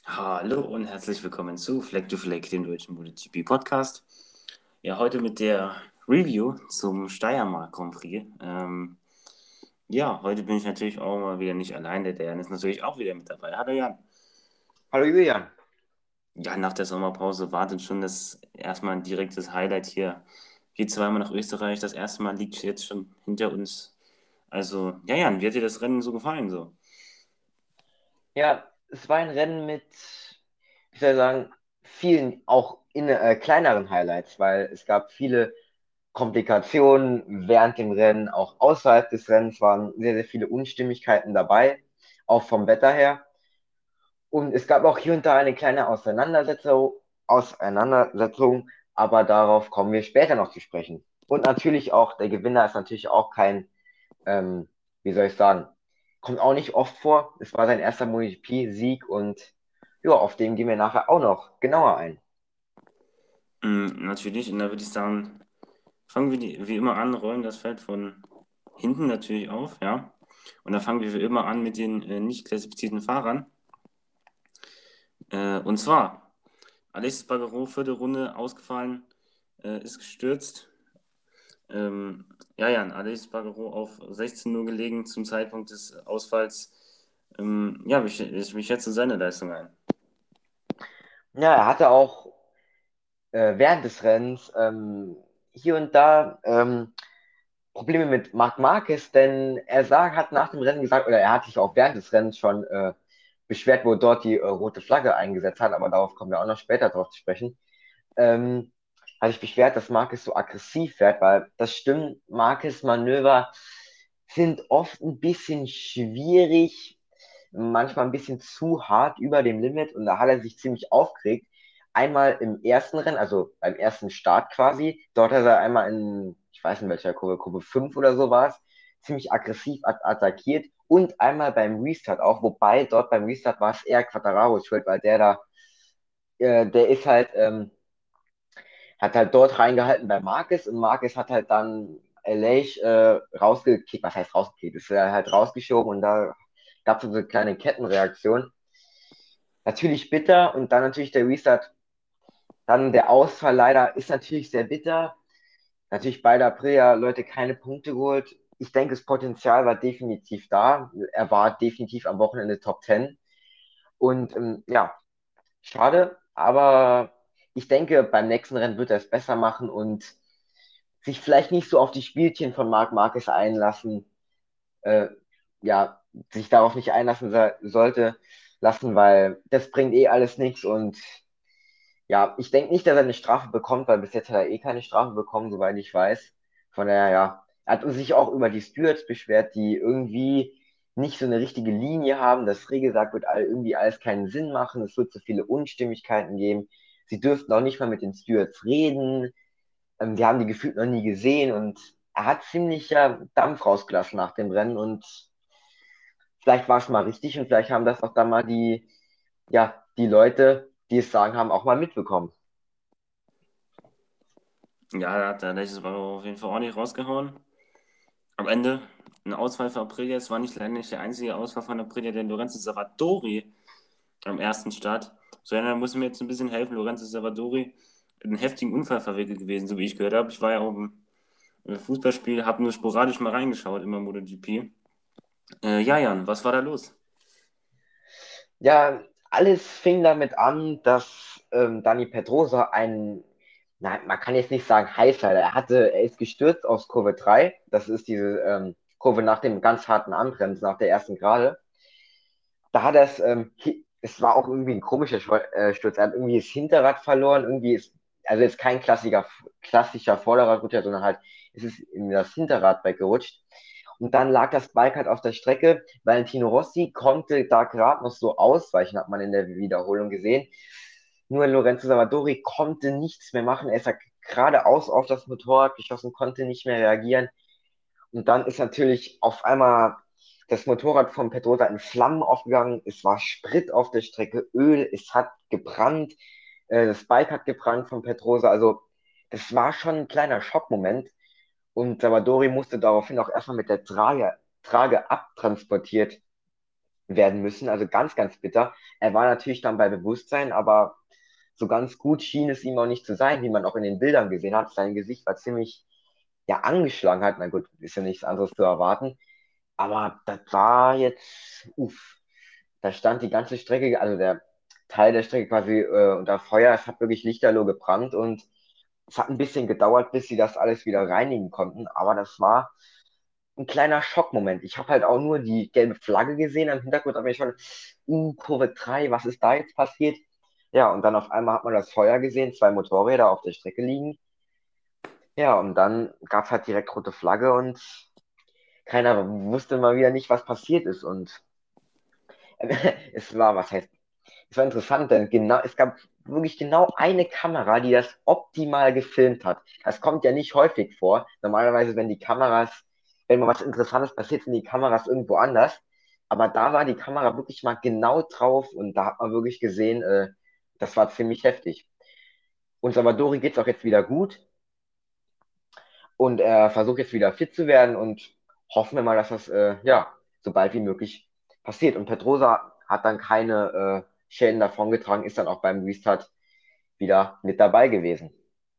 Hallo und herzlich willkommen zu Fleck to Fleck, dem deutschen MotoGP Podcast. Ja, heute mit der Review zum Steiermark Grand Prix. Ja, heute bin ich natürlich auch mal wieder nicht allein. Der Jan ist natürlich auch wieder mit dabei. Hallo Jan. Hallo Julian. Ja, nach der Sommerpause wartet schon das erstmal ein direktes Highlight hier. Wir zweimal nach Österreich. Das erste Mal liegt jetzt schon hinter uns. Also, ja, Jan, wie hat dir das Rennen so gefallen so? Ja, es war ein Rennen mit, wie soll ich sagen, vielen auch kleineren Highlights, weil es gab viele Komplikationen während dem Rennen, auch außerhalb des Rennens waren sehr, sehr viele Unstimmigkeiten dabei, auch vom Wetter her. Und es gab auch hier und da eine kleine Auseinandersetzung, aber darauf kommen wir später noch zu sprechen. Und natürlich auch, der Gewinner ist natürlich auch kein, ähm, wie soll ich sagen, kommt auch nicht oft vor. Es war sein erster MotoGP-Sieg und ja, auf den gehen wir nachher auch noch genauer ein. Natürlich, und da würde ich sagen, fangen wir wie immer an, rollen das Feld von hinten natürlich auf, ja. Und da fangen wir wie immer an mit den nicht klassifizierten Fahrern. Und zwar, Alexis Bagero, vierte Runde ausgefallen, ist gestürzt. Ja, Jan, Alexis Bagero auf 16 Uhr gelegen zum Zeitpunkt des Ausfalls. Ja, wie schätzt du seine Leistung ein? Ja, er hatte auch während des Rennens hier und da Probleme mit Marc Marquez, denn hat nach dem Rennen gesagt, oder er hat sich auch während des Rennens schon beschwert, wo dort die rote Flagge eingesetzt hat, aber darauf kommen wir auch noch später drauf zu sprechen. Ähm, Hat sich beschwert, dass Marquez so aggressiv fährt, weil das stimmt, Marquez Manöver sind oft ein bisschen schwierig, manchmal ein bisschen zu hart über dem Limit und da hat er sich ziemlich aufgeregt. Einmal im ersten Rennen, also beim ersten Start quasi, dort hat er einmal ich weiß nicht welcher Kurve, Kurve 5 oder so war es, ziemlich aggressiv attackiert und einmal beim Restart auch, wobei dort beim Restart war es eher Quattararos schuld, weil der ist halt, hat halt dort reingehalten bei Marquez und Marquez hat halt dann Aleix rausgekickt, was heißt rausgekickt, ist halt rausgeschoben und da gab es so eine kleine Kettenreaktion. Natürlich bitter und dann natürlich der Restart, dann der Ausfall leider ist natürlich sehr bitter. Natürlich bei der Aprilia Leute keine Punkte geholt. Ich denke, das Potenzial war definitiv da. Er war definitiv am Wochenende Top 10. Und ja, schade, aber ich denke, beim nächsten Rennen wird er es besser machen und sich vielleicht nicht so auf die Spielchen von Marc Marquez einlassen, äh, ja, sich darauf nicht einlassen sollte, lassen, weil das bringt eh alles nichts und ja, ich denke nicht, dass er eine Strafe bekommt, weil bis jetzt hat er eh keine Strafe bekommen, soweit ich weiß. Von daher, ja, er hat sich auch über die Stewards beschwert, die irgendwie nicht so eine richtige Linie haben. Das Regelwerk wird irgendwie alles keinen Sinn machen. Es wird zu viele Unstimmigkeiten geben. Sie dürften auch nicht mal mit den Stewards reden. Die haben die gefühlt noch nie gesehen und er hat ziemlich Dampf rausgelassen nach dem Rennen und vielleicht war es mal richtig und vielleicht haben das auch dann mal die Leute, die es sagen haben, auch mal mitbekommen. Ja, da hat der Alexis Bagero auf jeden Fall ordentlich rausgehauen. Am Ende ein Ausfall für Aprilia. Es war nicht leider nicht der einzige Ausfall von Aprilia, denn Lorenzo Savadori am ersten Start. So, ja, da muss mir jetzt ein bisschen helfen. Lorenzo Savadori in einen heftigen Unfall verwickelt gewesen, so wie ich gehört habe. Ich war ja auch im Fußballspiel, habe nur sporadisch mal reingeschaut, immer MotoGP. Ja, Jan, was war da los? Ja, alles fing damit an, dass Dani Pedrosa nein, man kann jetzt nicht sagen Highsider, er ist gestürzt aus Kurve 3. Das ist diese Kurve nach dem ganz harten Anbremsen, nach der ersten Gerade. Da hat er es war auch irgendwie ein komischer Sturz, er hat irgendwie das Hinterrad verloren, also jetzt kein klassischer Vorderradrutscher, sondern halt, es ist in das Hinterrad weggerutscht. Und dann lag das Bike halt auf der Strecke. Valentino Rossi konnte da gerade noch so ausweichen, hat man in der Wiederholung gesehen. Nur Lorenzo Savadori konnte nichts mehr machen. Er ist ja geradeaus auf das Motorrad geschossen, konnte nicht mehr reagieren. Und dann ist natürlich auf einmal das Motorrad von Pedrosa in Flammen aufgegangen. Es war Sprit auf der Strecke, Öl, es hat gebrannt. Das Bike hat gebrannt von Pedrosa. Also, das war schon ein kleiner Schockmoment. Und Savadori musste daraufhin auch erstmal mit der Trage abtransportiert werden müssen. Also ganz, ganz bitter. Er war natürlich dann bei Bewusstsein, aber so ganz gut schien es ihm auch nicht zu sein, wie man auch in den Bildern gesehen hat. Sein Gesicht war ziemlich, ja, angeschlagen halt. Na gut, ist ja nichts anderes zu erwarten. Aber das war jetzt, uff, da stand die ganze Strecke, also der Teil der Strecke quasi unter Feuer. Es hat wirklich lichterloh gebrannt und es hat ein bisschen gedauert, bis sie das alles wieder reinigen konnten. Aber das war ein kleiner Schockmoment. Ich habe halt auch nur die gelbe Flagge gesehen. Am Hintergrund habe ich schon, Kurve 3, was ist da jetzt passiert? Ja, und dann auf einmal hat man das Feuer gesehen, zwei Motorräder auf der Strecke liegen. Ja, und dann gab es halt direkt rote Flagge und keiner wusste mal wieder nicht, was passiert ist. Und es war, was heißt, es war interessant, denn genau, es gab wirklich genau eine Kamera, die das optimal gefilmt hat. Das kommt ja nicht häufig vor. Normalerweise, wenn die Kameras, wenn mal was Interessantes passiert, sind die Kameras irgendwo anders. Aber da war die Kamera wirklich mal genau drauf und da hat man wirklich gesehen, das war ziemlich heftig. Und Salvadori geht's auch jetzt wieder gut und er versucht jetzt wieder fit zu werden und hoffen wir mal, dass das ja so bald wie möglich passiert. Und Pedrosa hat dann keine Schäden davongetragen, ist dann auch beim Restart wieder mit dabei gewesen.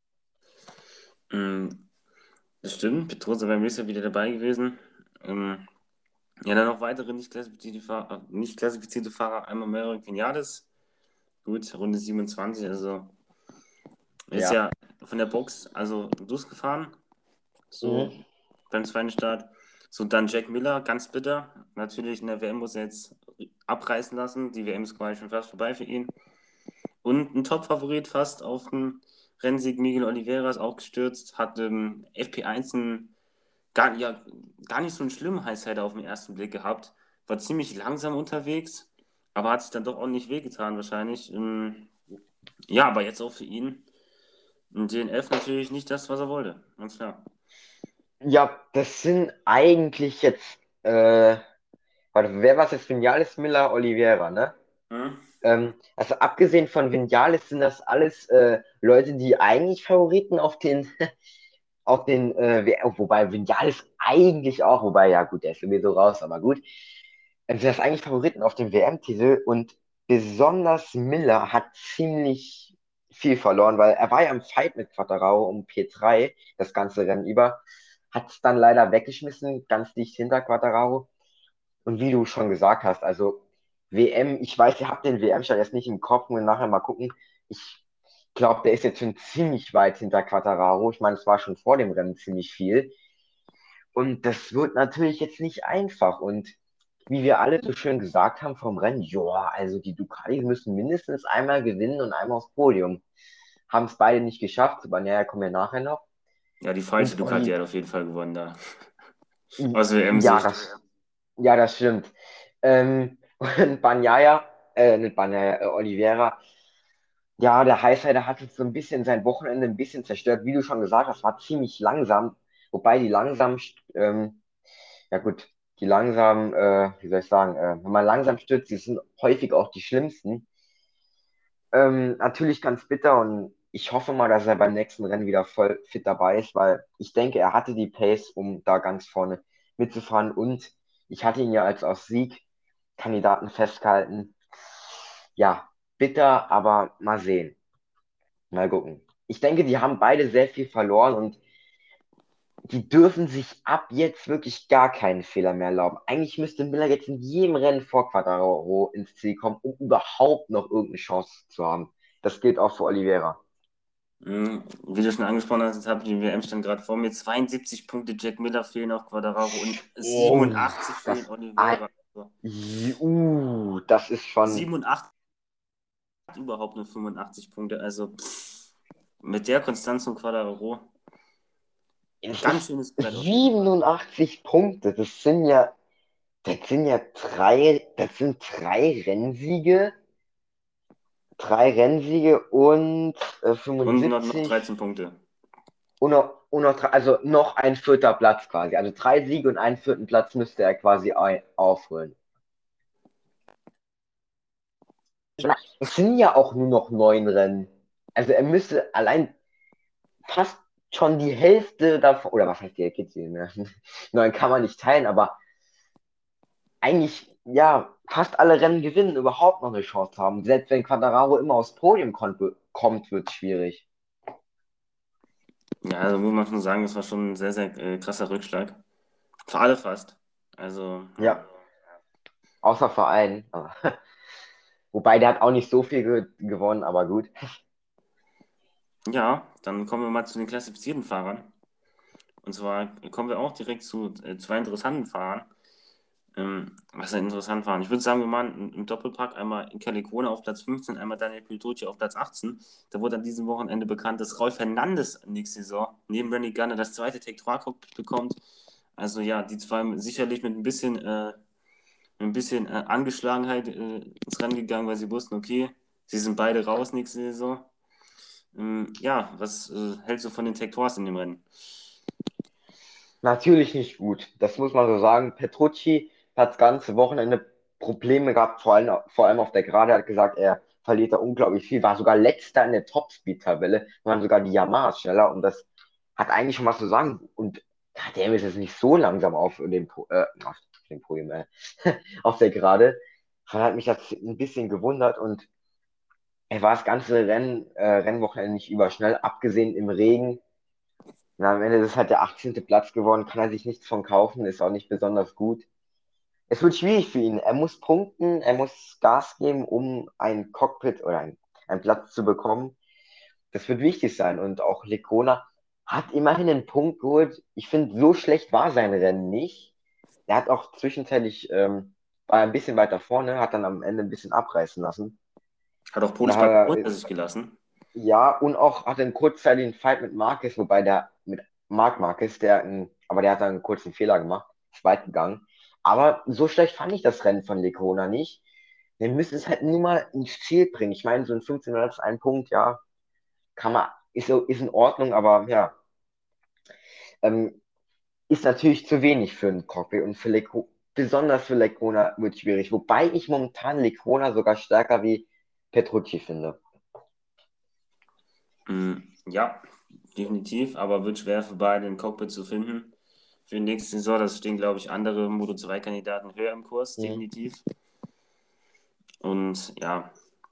Mm, Das stimmt, Petrosa beim Racer wieder dabei gewesen. Ähm, ja, dann noch weitere nicht klassifizierte Fahrer, einmal Maverick Vinales. Gut, Runde 27, also ist Ja. ja von der Box, also losgefahren, so Mhm. beim zweiten Start. So, dann Jack Miller, ganz bitter. Natürlich in der WM muss er jetzt abreißen lassen. Die WM ist quasi schon fast vorbei für ihn. Und ein Top-Favorit fast auf den Rennsieg, Miguel Oliveira ist auch gestürzt, hat FP1 ja, gar nicht so einen schlimmen Highsider auf den ersten Blick gehabt. War ziemlich langsam unterwegs, aber hat sich dann doch auch nicht wehgetan wahrscheinlich. Ja, aber jetzt auch für ihn. Ein DNF natürlich nicht das, was er wollte. Ganz klar. Ja, das sind eigentlich jetzt, warte, wer war es jetzt? Vinales, Miller, Oliveira, ne? Hm? Also abgesehen von Vinales sind das alles Leute, die eigentlich Favoriten auf den, auf den, wobei Vinales eigentlich auch, wobei, ja gut, der ist sowieso raus, aber gut. Sind das eigentlich Favoriten auf den WM-Titel und besonders Miller hat ziemlich viel verloren, weil er war ja im Fight mit Quattararo um P3 das ganze Rennen über, hat es dann leider weggeschmissen, ganz dicht hinter Quattararo. Und wie du schon gesagt hast, also WM, ich weiß, ihr habt den WM-Start jetzt nicht im Kopf, und nachher mal gucken. Ich glaube, der ist jetzt schon ziemlich weit hinter Quattararo. Ich meine, es war schon vor dem Rennen ziemlich viel. Und das wird natürlich jetzt nicht einfach. Und wie wir alle so schön gesagt haben vom Rennen, ja, also die Ducatis müssen mindestens einmal gewinnen und einmal aufs Podium. Haben es beide nicht geschafft, aber naja, kommen wir nachher noch. Ja, die falsche Und Ducati Olli, hat auf jeden Fall gewonnen da. Aus ja, WM-Sicht. ja, das stimmt. Und Bagnaia, nicht Bagnaia, Oliveira, ja, der Highsider hat jetzt so ein bisschen sein Wochenende ein bisschen zerstört. Wie du schon gesagt hast, war ziemlich langsam. Wobei die langsam, ja gut, die langsam, wie soll ich sagen, wenn man langsam stürzt, die sind häufig auch die schlimmsten. Natürlich ganz bitter und ich hoffe mal, dass er beim nächsten Rennen wieder voll fit dabei ist, weil ich denke, er hatte die Pace, um da ganz vorne mitzufahren und ich hatte ihn ja als auch Siegkandidaten festgehalten. Ja, bitter, aber mal sehen. Mal gucken. Ich denke, die haben beide sehr viel verloren und die dürfen sich ab jetzt wirklich gar keinen Fehler mehr erlauben. Eigentlich müsste Miller jetzt in jedem Rennen vor Quadraro ins Ziel kommen, um überhaupt noch irgendeine Chance zu haben. Das gilt auch für Oliveira. Wie du schon angesprochen hast, jetzt habe ich den WM-Stand gerade vor mir. 72 Punkte Jack Miller fehlen auf Quadraro und Oh, 87 fehlen das, ah, Oliveira. Also das ist schon, 87 hat überhaupt nur 85 Punkte. Also mit der Konstanz von Quadraro, es ganz ist schönes Brett auf jeden Fall. 87 Punkte. Das sind ja das sind drei Rennsiege und Und noch 13 75 Punkte. also noch ein vierter Platz quasi. Also drei Siege und einen vierten Platz müsste er quasi aufholen. Es sind ja auch nur noch neun Rennen. Also er müsste allein fast schon die Hälfte davon, oder was heißt die Hälfte? Ne? Neun kann man nicht teilen, aber eigentlich ja, fast alle Rennen gewinnen, überhaupt noch eine Chance haben. Selbst wenn Quartararo immer aufs Podium kommt, wird es schwierig. Ja, also muss man schon sagen, das war schon ein sehr, sehr krasser Rückschlag. Für alle fast. Also, ja. Ja, außer Verein. Wobei der hat auch nicht so viel gewonnen, aber gut. Ja, dann kommen wir mal zu den klassifizierten Fahrern. Und zwar kommen wir auch direkt zu zwei interessanten Fahrern. Was ist interessant war. Ich würde sagen, wir machen im Doppelpack einmal Kelly Krone auf Platz 15, einmal Daniel Petrucci auf Platz 18. Da wurde an diesem Wochenende bekannt, dass Rolf Hernandez nächste Saison neben Randy Gunner das zweite Tech 3 Cockpit bekommt. Also ja, die zwei sicherlich mit ein bisschen Angeschlagenheit ins Rennen gegangen, weil sie wussten, okay, sie sind beide raus nächste Saison. Ja, was hältst du von den Tech 3 in dem Rennen? Natürlich nicht gut. Das muss man so sagen. Petrucci hat das ganze Wochenende Probleme gehabt, vor allem auf der Gerade. Er hat gesagt, er verliert da unglaublich viel, war sogar letzter in der Topspeed-Tabelle, waren sogar die Yamahas schneller und das hat eigentlich schon was zu sagen. Und KTM ist jetzt nicht so langsam auf dem Podium, auf der Gerade. Von hat mich das ein bisschen gewundert und er war das ganze Rennwochenende nicht überschnell, abgesehen im Regen. Na, am Ende ist halt der 18. Platz geworden, kann er sich nichts von kaufen, ist auch nicht besonders gut. Es wird schwierig für ihn. Er muss punkten, er muss Gas geben, um ein Cockpit oder einen Platz zu bekommen. Das wird wichtig sein. Und auch Lecona hat immerhin einen Punkt geholt. Ich finde, so schlecht war sein Rennen nicht. Er hat auch zwischenzeitlich, war ein bisschen weiter vorne, hat dann am Ende ein bisschen abreißen lassen. Hat auch Und Polis da, hinter sich gelassen. ja, und auch hatte einen kurzzeitigen Fight mit Marquez, wobei der mit Marc Marquez, aber der hat dann einen kurzen Fehler gemacht, ist weit gegangen. Aber so schlecht fand ich das Rennen von Lecona nicht. Wir müssen es halt nur mal ins Ziel bringen. Ich meine, so ein 15 ist ein Punkt, ja, ist in Ordnung, aber ja, ähm, ist natürlich zu wenig für einen Cockpit und besonders für Lecona wird es schwierig. Wobei ich momentan Lecona sogar stärker wie Petrucci finde. Ja, definitiv, aber wird schwer für beide ein Cockpit zu finden. Für die nächste Saison, das stehen, glaube ich, andere Moto2-Kandidaten höher im Kurs, Hm. definitiv. Und ja,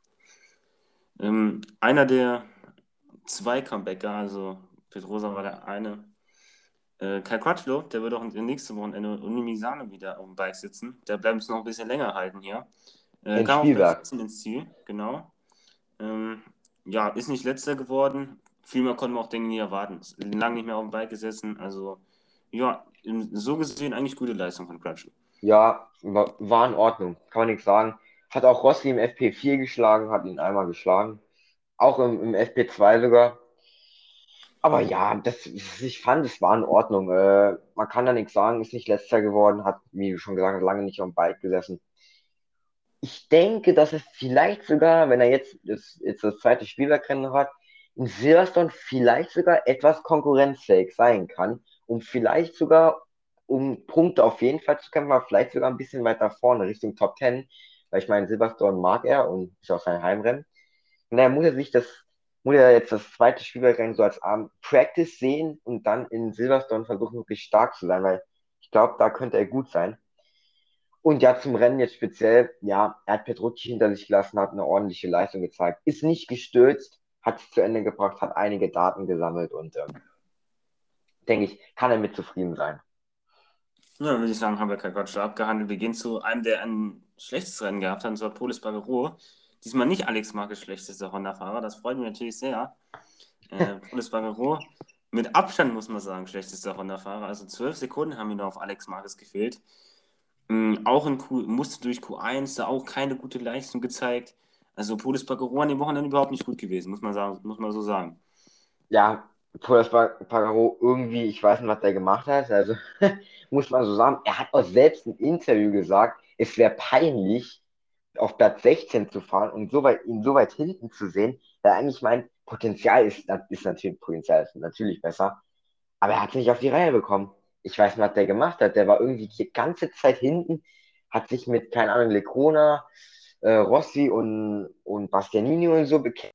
einer der zwei Comebacker, also Pedrosa war der eine. Kai Crutchlow, der wird auch nächste Wochenende und Misano wieder auf dem Bike sitzen. Der bleibt uns noch ein bisschen länger halten hier. In Kam auf Platz Spielberg. 17 ins Ziel, genau. Ähm, ja, ist nicht letzter geworden. Viel mehr konnten wir auch, denke ich, nie erwarten. Ist lange nicht mehr auf dem Bike gesessen. Also, ja, so gesehen eigentlich gute Leistung von Crutchlow. Ja, war in Ordnung, kann man nichts sagen. Hat auch Rossi im FP4 geschlagen, hat ihn einmal geschlagen. Auch im FP2 sogar. Aber ja, ich fand, es war in Ordnung. Man kann da nichts sagen, ist nicht letzter geworden, hat, wie du schon gesagt hast, lange nicht am Bike gesessen. Ich denke, dass es vielleicht sogar, wenn er jetzt das zweite Spielbergrennen hat, in Silverstone vielleicht sogar etwas konkurrenzfähig sein kann, um vielleicht sogar um Punkte auf jeden Fall zu kämpfen, aber vielleicht sogar ein bisschen weiter vorne, Richtung Top 10, weil ich meine, Silverstone mag er und ist auch sein Heimrennen. Und daher muss er jetzt das zweite Spielbergrennen so als Practice sehen und dann in Silverstone versuchen, wirklich stark zu sein, weil ich glaube, da könnte er gut sein. Und ja, zum Rennen jetzt speziell, ja, er hat Petrucci hinter sich gelassen, hat eine ordentliche Leistung gezeigt, ist nicht gestürzt, hat es zu Ende gebracht, hat einige Daten gesammelt und denke ich, kann er mit zufrieden sein. Ja, dann würde ich sagen, haben wir kein Quatsch abgehandelt. Wir gehen zu einem, der ein schlechtes Rennen gehabt hat, und zwar Polis Bagero. Diesmal nicht Alex Marquez schlechtester Honda-Fahrer, das freut mich natürlich sehr. Polis Bagero mit Abstand, muss man sagen, schlechtester Honda-Fahrer. Also 12 Sekunden haben ihn da auf Alex Marquez gefehlt. Auch musste durch Q1 da auch keine gute Leistung gezeigt. Also Polis Bagero an dem Wochenende überhaupt nicht gut gewesen, muss man sagen, muss man so sagen. Ja, Paul Pagaro irgendwie, ich weiß nicht, was der gemacht hat, also muss man so sagen, er hat auch selbst im Interview gesagt, es wäre peinlich, auf Platz 16 zu fahren und ihn so weit hinten zu sehen, da eigentlich mein Potenzial ist natürlich besser, aber er hat es nicht auf die Reihe bekommen. Ich weiß nicht, was der gemacht hat. Der war irgendwie die ganze Zeit hinten, hat sich mit, keine Ahnung, Lecona, Rossi und Bastianini und so bekämpft,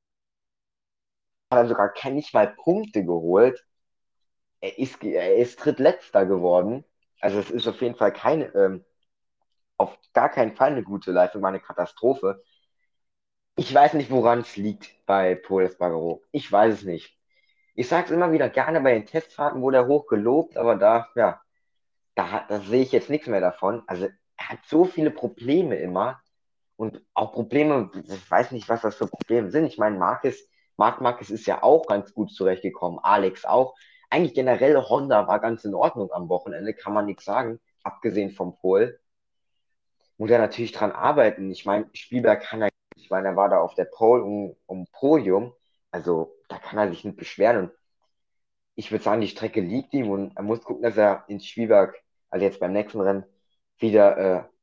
hat dann sogar nicht mal Punkte geholt. Er ist Drittletzter geworden. Also es ist auf jeden Fall keine auf gar keinen Fall eine gute Leistung, war eine Katastrophe. Ich weiß nicht, woran es liegt bei Pol Espargaro. Ich weiß es nicht. Ich sage es immer wieder gerne bei den Testfahrten, wurde er hoch gelobt, aber da, ja, da sehe ich jetzt nichts mehr davon. Also er hat so viele Probleme immer und auch Probleme, ich weiß nicht, was das für Probleme sind. Ich meine, Marc Marquez ist ja auch ganz gut zurechtgekommen, Alex auch. Eigentlich generell Honda war ganz in Ordnung am Wochenende, kann man nichts sagen, abgesehen vom Pol. Muss er natürlich dran arbeiten. Ich meine, Spielberg kann er, ich meine, er war da auf der Pole um Podium, also da kann er sich nicht beschweren. Und ich würde sagen, die Strecke liegt ihm und er muss gucken, dass er in Spielberg, also jetzt beim nächsten Rennen, wieder,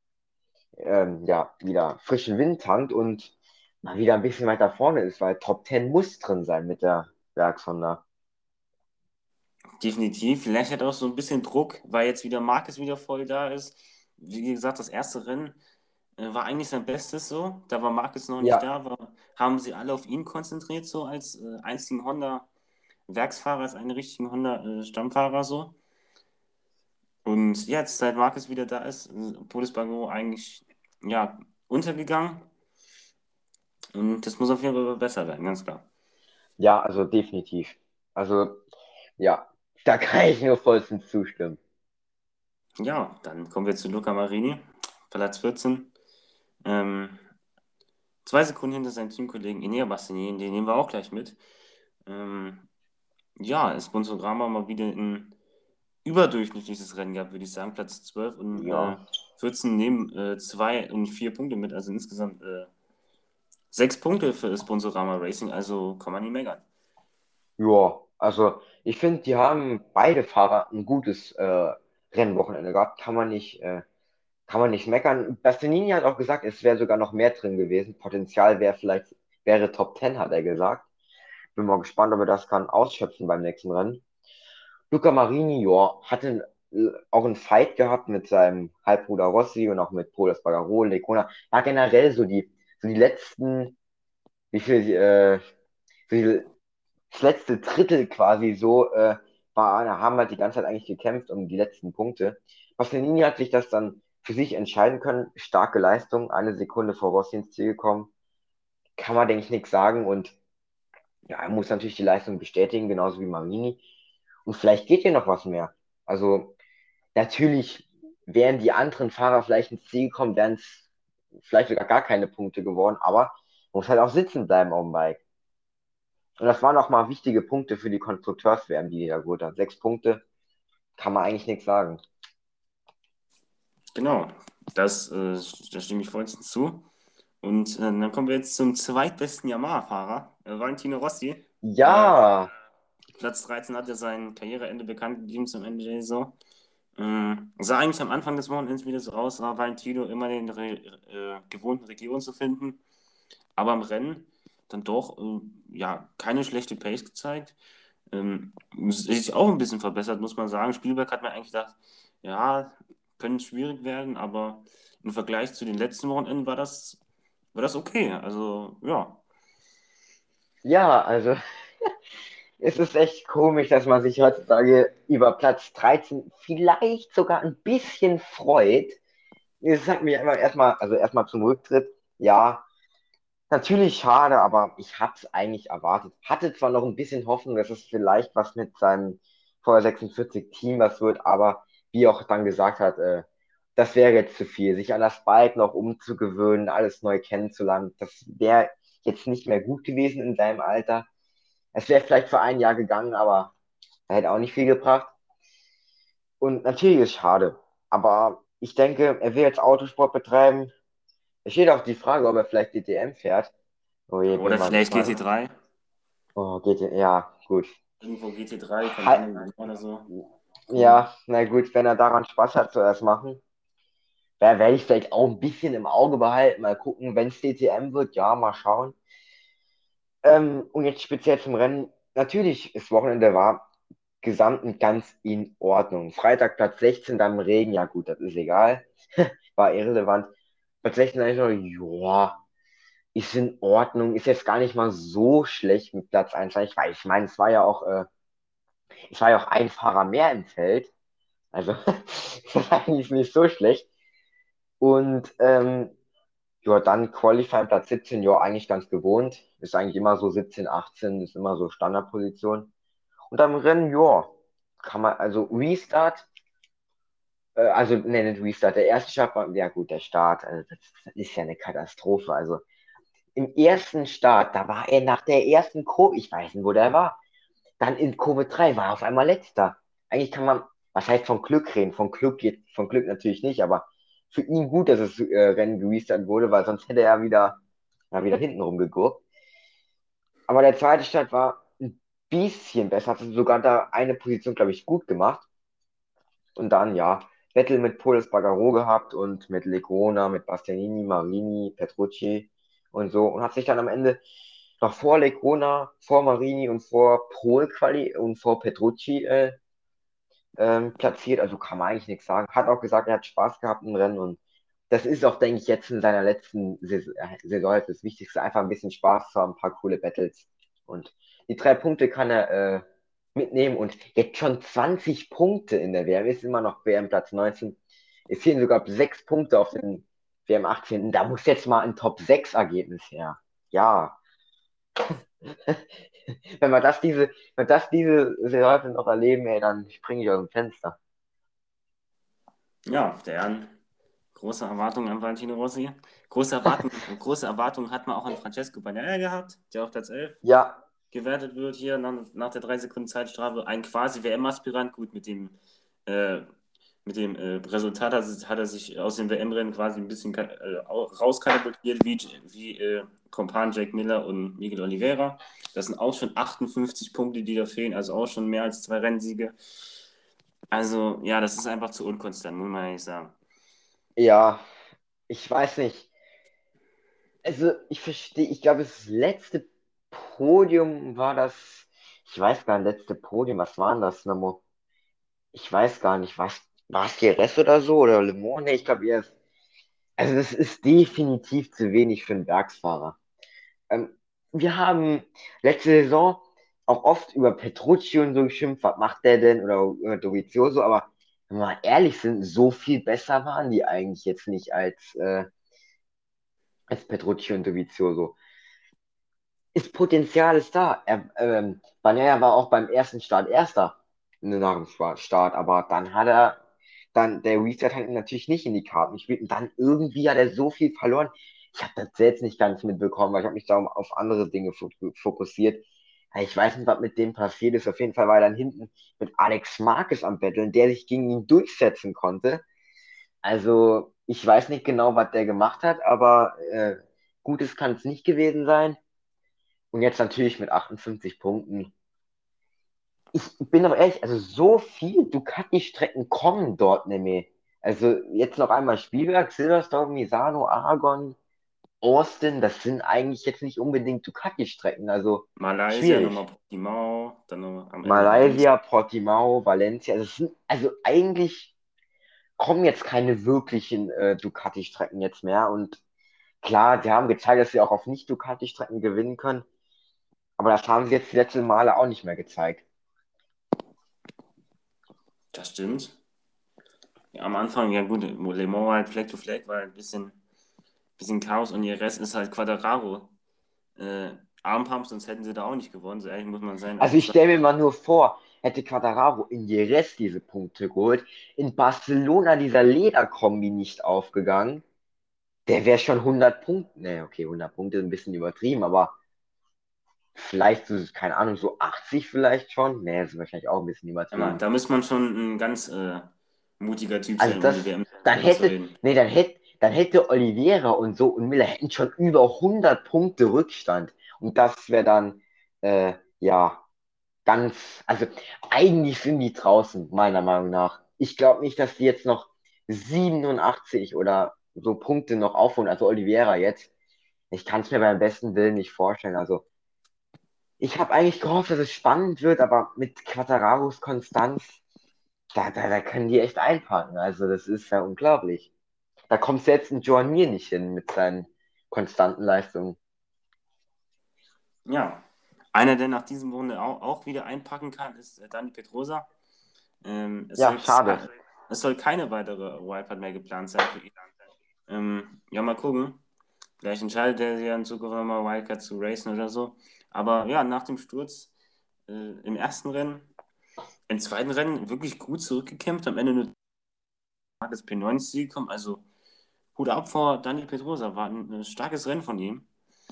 ja, wieder frischen Wind tankt und mal wieder ein bisschen weiter vorne ist, weil Top 10 muss drin sein mit der Werkshonda. Definitiv. Vielleicht hat er auch so ein bisschen Druck, weil jetzt wieder Marquez wieder voll da ist. Wie gesagt, das erste Rennen war eigentlich sein Bestes so. Da war Marquez noch nicht Ja, da, haben sie alle auf ihn konzentriert, so als einzigen Honda-Werksfahrer, als einen richtigen Honda-Stammfahrer so. Und jetzt, seit Marquez wieder da ist, Pol Espargaro eigentlich ja, untergegangen. Und das muss auf jeden Fall besser werden, ganz klar. ja, also definitiv. Also, ja, da kann ich nur vollstens zustimmen. Ja, dann kommen wir zu Luca Marini, Platz 14. Ähm, 2 Sekunden hinter seinem Teamkollegen Enea Bastianini, den nehmen wir auch gleich mit. Ähm, ja, Sponsorama mal wieder ein überdurchschnittliches Rennen gehabt, würde ich sagen. Platz 12 und Ja, 14 nehmen 2 und 4 Punkte mit, also insgesamt 6 Punkte für Sponsorama Racing, also kann man nicht meckern. ja, also ich finde, die haben beide Fahrer ein gutes Rennwochenende gehabt. Kann man nicht meckern. Bastianini hat auch gesagt, es wäre sogar noch mehr drin gewesen. Potenzial wäre Top 10, hat er gesagt. Bin mal gespannt, ob er das kann ausschöpfen beim nächsten Rennen. Luca Marini, ja, hatte auch einen Fight gehabt mit seinem Halbbruder Rossi und auch mit Pol Espargaro, Lecona. War generell so die letzten, wie viel, so die, das letzte Drittel quasi so, haben halt die ganze Zeit eigentlich gekämpft um die letzten Punkte. Bastianini hat sich das dann für sich entscheiden können. Starke Leistung, 1 Sekunde vor Rossi ins Ziel gekommen. Kann man, denke ich, nichts sagen. Und ja, er muss natürlich die Leistung bestätigen, genauso wie Marini. Und vielleicht geht hier noch was mehr. Also natürlich wären die anderen Fahrer vielleicht ins Ziel gekommen, wären es vielleicht sogar gar keine Punkte geworden, aber man muss halt auch sitzen bleiben auf dem Bike. Und das waren auch mal wichtige Punkte für die Konstrukteurs-WM, die da geholt hat. 6 Punkte, kann man eigentlich nichts sagen. Genau, da stimme ich vollstens zu. Und dann kommen wir jetzt zum zweitbesten Yamaha-Fahrer, Valentino Rossi. Äh, Ja, Platz 13 hat er sein Karriereende bekannt gegeben zum Ende der Saison. Sah eigentlich am Anfang des Wochenends wieder so aus, war Valentino immer in der gewohnten Region zu finden. Aber im Rennen dann doch ja, keine schlechte Pace gezeigt. Sich auch ein bisschen verbessert, muss man sagen. Spielberg hat mir eigentlich gedacht, ja, könnte schwierig werden, aber im Vergleich zu den letzten Wochenenden war das okay. Also, ja. ja, also es ist echt komisch, dass man sich heutzutage über Platz 13 vielleicht sogar ein bisschen freut. Es hat mich immer erstmal zum Rücktritt. Ja, natürlich schade, aber ich habe es eigentlich erwartet. Hatte zwar noch ein bisschen Hoffnung, dass es vielleicht was mit seinem Vorher 46 Team was wird, aber wie er auch dann gesagt hat, das wäre jetzt zu viel. Sich an das Bike noch umzugewöhnen, alles neu kennenzulernen, das wäre jetzt nicht mehr gut gewesen in seinem Alter. Es wäre vielleicht für ein Jahr gegangen, aber er hätte auch nicht viel gebracht. Und natürlich ist es schade, aber ich denke, er will jetzt Autosport betreiben. Es steht auch die Frage, ob er vielleicht DTM fährt. Oh je, bin Oder mal vielleicht gespannt. GT3. Oh, ja, gut. Irgendwo GT3, keine Hal- Ahnung, oder so. Cool. ja, na gut, wenn er daran Spaß hat, soll er es machen. Werde ich vielleicht auch ein bisschen im Auge behalten, mal gucken, wenn es DTM wird, ja, mal schauen. Und jetzt speziell zum Rennen. Natürlich, das Wochenende war gesamt ganz in Ordnung. Freitag Platz 16, dann im Regen, ja gut, das ist egal. War irrelevant. Platz 16 eigentlich noch, ja, ist in Ordnung, ist jetzt gar nicht mal so schlecht mit Platz 1. Ich meine, es war ja auch ein Fahrer mehr im Feld. Also, das ist eigentlich nicht so schlecht. Und ja, dann Qualifying Platz 17, ja, eigentlich ganz gewohnt. Ist eigentlich immer so 17, 18, ist immer so Standardposition. Und am Rennen, ja, kann man, also Restart, also, nee, nicht Restart, der erste Start war, ja gut, der Start, also das ist ja eine Katastrophe. Also im ersten Start, da war er nach der ersten Kurve, ich weiß nicht, wo der war. Dann in Kurve 3 war er auf einmal letzter. Eigentlich kann man, was heißt von Glück reden? Von Glück natürlich nicht, aber für ihn gut, dass das Rennen gerestartet wurde, weil sonst hätte er wieder hinten rumgegurkt. Aber der zweite Start war ein bisschen besser, hat sogar da eine Position, glaube ich, gut gemacht. Und dann, ja, Battle mit Pol Espargaro gehabt und mit Legrona, mit Bastianini, Marini, Petrucci und so. Und hat sich dann am Ende noch vor Legrona, vor Marini und vor Pol Quali und vor Petrucci platziert. Also kann man eigentlich nichts sagen. Hat auch gesagt, er hat Spaß gehabt im Rennen und das ist auch, denke ich, jetzt in seiner letzten Saison jetzt das Wichtigste, einfach ein bisschen Spaß zu haben, ein paar coole Battles. Und die 3 Punkte kann er mitnehmen und jetzt schon 20 Punkte in der WM, ist immer noch WM Platz 19. Es fehlen sogar 6 Punkte auf den WM 18. Da muss jetzt mal ein Top 6 Ergebnis her. Ja, wenn wir das diese Saison noch erleben, ey, dann springe ich aus dem Fenster. Ja, der Jan, große Erwartungen an Valentino Rossi. Große Erwartungen hat man auch an Francesco Bagnaia gehabt, der auf Platz 11 Ja, gewertet wird hier nach der 3 Sekunden Zeitstrafe. Ein quasi WM-Aspirant, gut, äh, mit dem Resultat hat er sich aus dem WM-Rennen quasi ein bisschen rauskatapultiert, wie Kompan Jack Miller und Miguel Oliveira. Das sind auch schon 58 Punkte, die da fehlen, also auch schon mehr als 2 Rennsiege. Also, ja, das ist einfach zu unkonstant, muss man ehrlich sagen. ja, ich weiß nicht. Also, ich verstehe, ich glaube, das letzte Podium war das, ich weiß gar nicht, letzte Podium, was war denn das nochmal? Ich weiß gar nicht, war es Jerez oder so oder Le Mans? Nee, ich glaube, also das ist definitiv zu wenig für einen Werksfahrer. Ähm, wir haben letzte Saison auch oft über Petrucci und so geschimpft, was macht der denn? Oder über Dovizioso, aber wenn wir mal ehrlich sind, so viel besser waren die eigentlich jetzt nicht als Petrucci und Dovizioso. Ist Potenzial ist da. Bagnaia war auch beim ersten Start Erster nach dem Start, aber der Restart hat ihm natürlich nicht in die Karten gespielt und dann irgendwie hat er so viel verloren. Ich habe das selbst nicht ganz mitbekommen, weil ich habe mich da auf andere Dinge fokussiert. Ja, ich weiß nicht, was mit dem passiert ist. Auf jeden Fall war er dann hinten mit Alex Marquez am Betteln, der sich gegen ihn durchsetzen konnte. Also, ich weiß nicht genau, was der gemacht hat, aber Gutes kann es nicht gewesen sein. Und jetzt natürlich mit 58 Punkten. Ich bin aber ehrlich, also so viel Ducati-Strecken kommen dort nicht mehr. Also jetzt noch einmal Spielberg, Silverstone, Misano, Aragon, Austin, das sind eigentlich jetzt nicht unbedingt Ducati-Strecken, also Malaysia, nochmal schwierig. Portimao, dann noch am Ende Valencia. Malaysia, Portimao, Valencia, also eigentlich kommen jetzt keine wirklichen Ducati-Strecken jetzt mehr. Und klar, die haben gezeigt, dass sie auch auf Nicht-Ducati-Strecken gewinnen können, aber das haben sie jetzt die letzten Male auch nicht mehr gezeigt. Das stimmt. Ja, am Anfang, ja gut, Le Mans halt Flag to Flag war ein bisschen Chaos und ihr Rest ist halt Quadraro. Äh, Armpumps, sonst hätten sie da auch nicht gewonnen, so ehrlich muss man sein. Also Auch ich stelle mir mal nur vor, hätte Quattararo in Jerez diese Punkte geholt, in Barcelona dieser Lederkombi nicht aufgegangen, der wäre schon 100 Punkte. Ne, okay, 100 Punkte ist ein bisschen übertrieben, aber vielleicht so, keine Ahnung, so 80 vielleicht schon. Ne, das ist wahrscheinlich auch ein bisschen übertrieben. da müsste man schon ein ganz mutiger Typ Also sein, um die das, WM dann zu hätte, reden. nee, dann hätte Oliveira und so und Miller hätten schon über 100 Punkte Rückstand. Und das wäre dann, ja, also eigentlich sind die draußen, meiner Meinung nach. Ich glaube nicht, dass die jetzt noch 87 oder so Punkte noch aufholen, also Oliveira jetzt. Ich kann es mir beim besten Willen nicht vorstellen. Also ich habe eigentlich gehofft, dass es spannend wird, aber mit Quattararos Konstanz, da können die echt einpacken. Also das ist ja unglaublich. Da kommt selbst ein Joan Mir nicht hin mit seinen konstanten Leistungen. Ja, einer, der nach diesem Runde auch wieder einpacken kann, ist Dani Pedrosa. Ähm, es Ja, soll, schade. es soll keine weitere Wildcard mehr geplant sein für ihn. Ja, mal gucken. Vielleicht entscheidet er sich ja in Zukunft nochmal Wildcard zu racen oder so. Aber ja, nach dem Sturz im ersten Rennen, im zweiten Rennen wirklich gut zurückgekämpft, am Ende nur das P9 ins Ziel gekommen. Also Hut ab vor Dani Pedrosa, war ein starkes Rennen von ihm.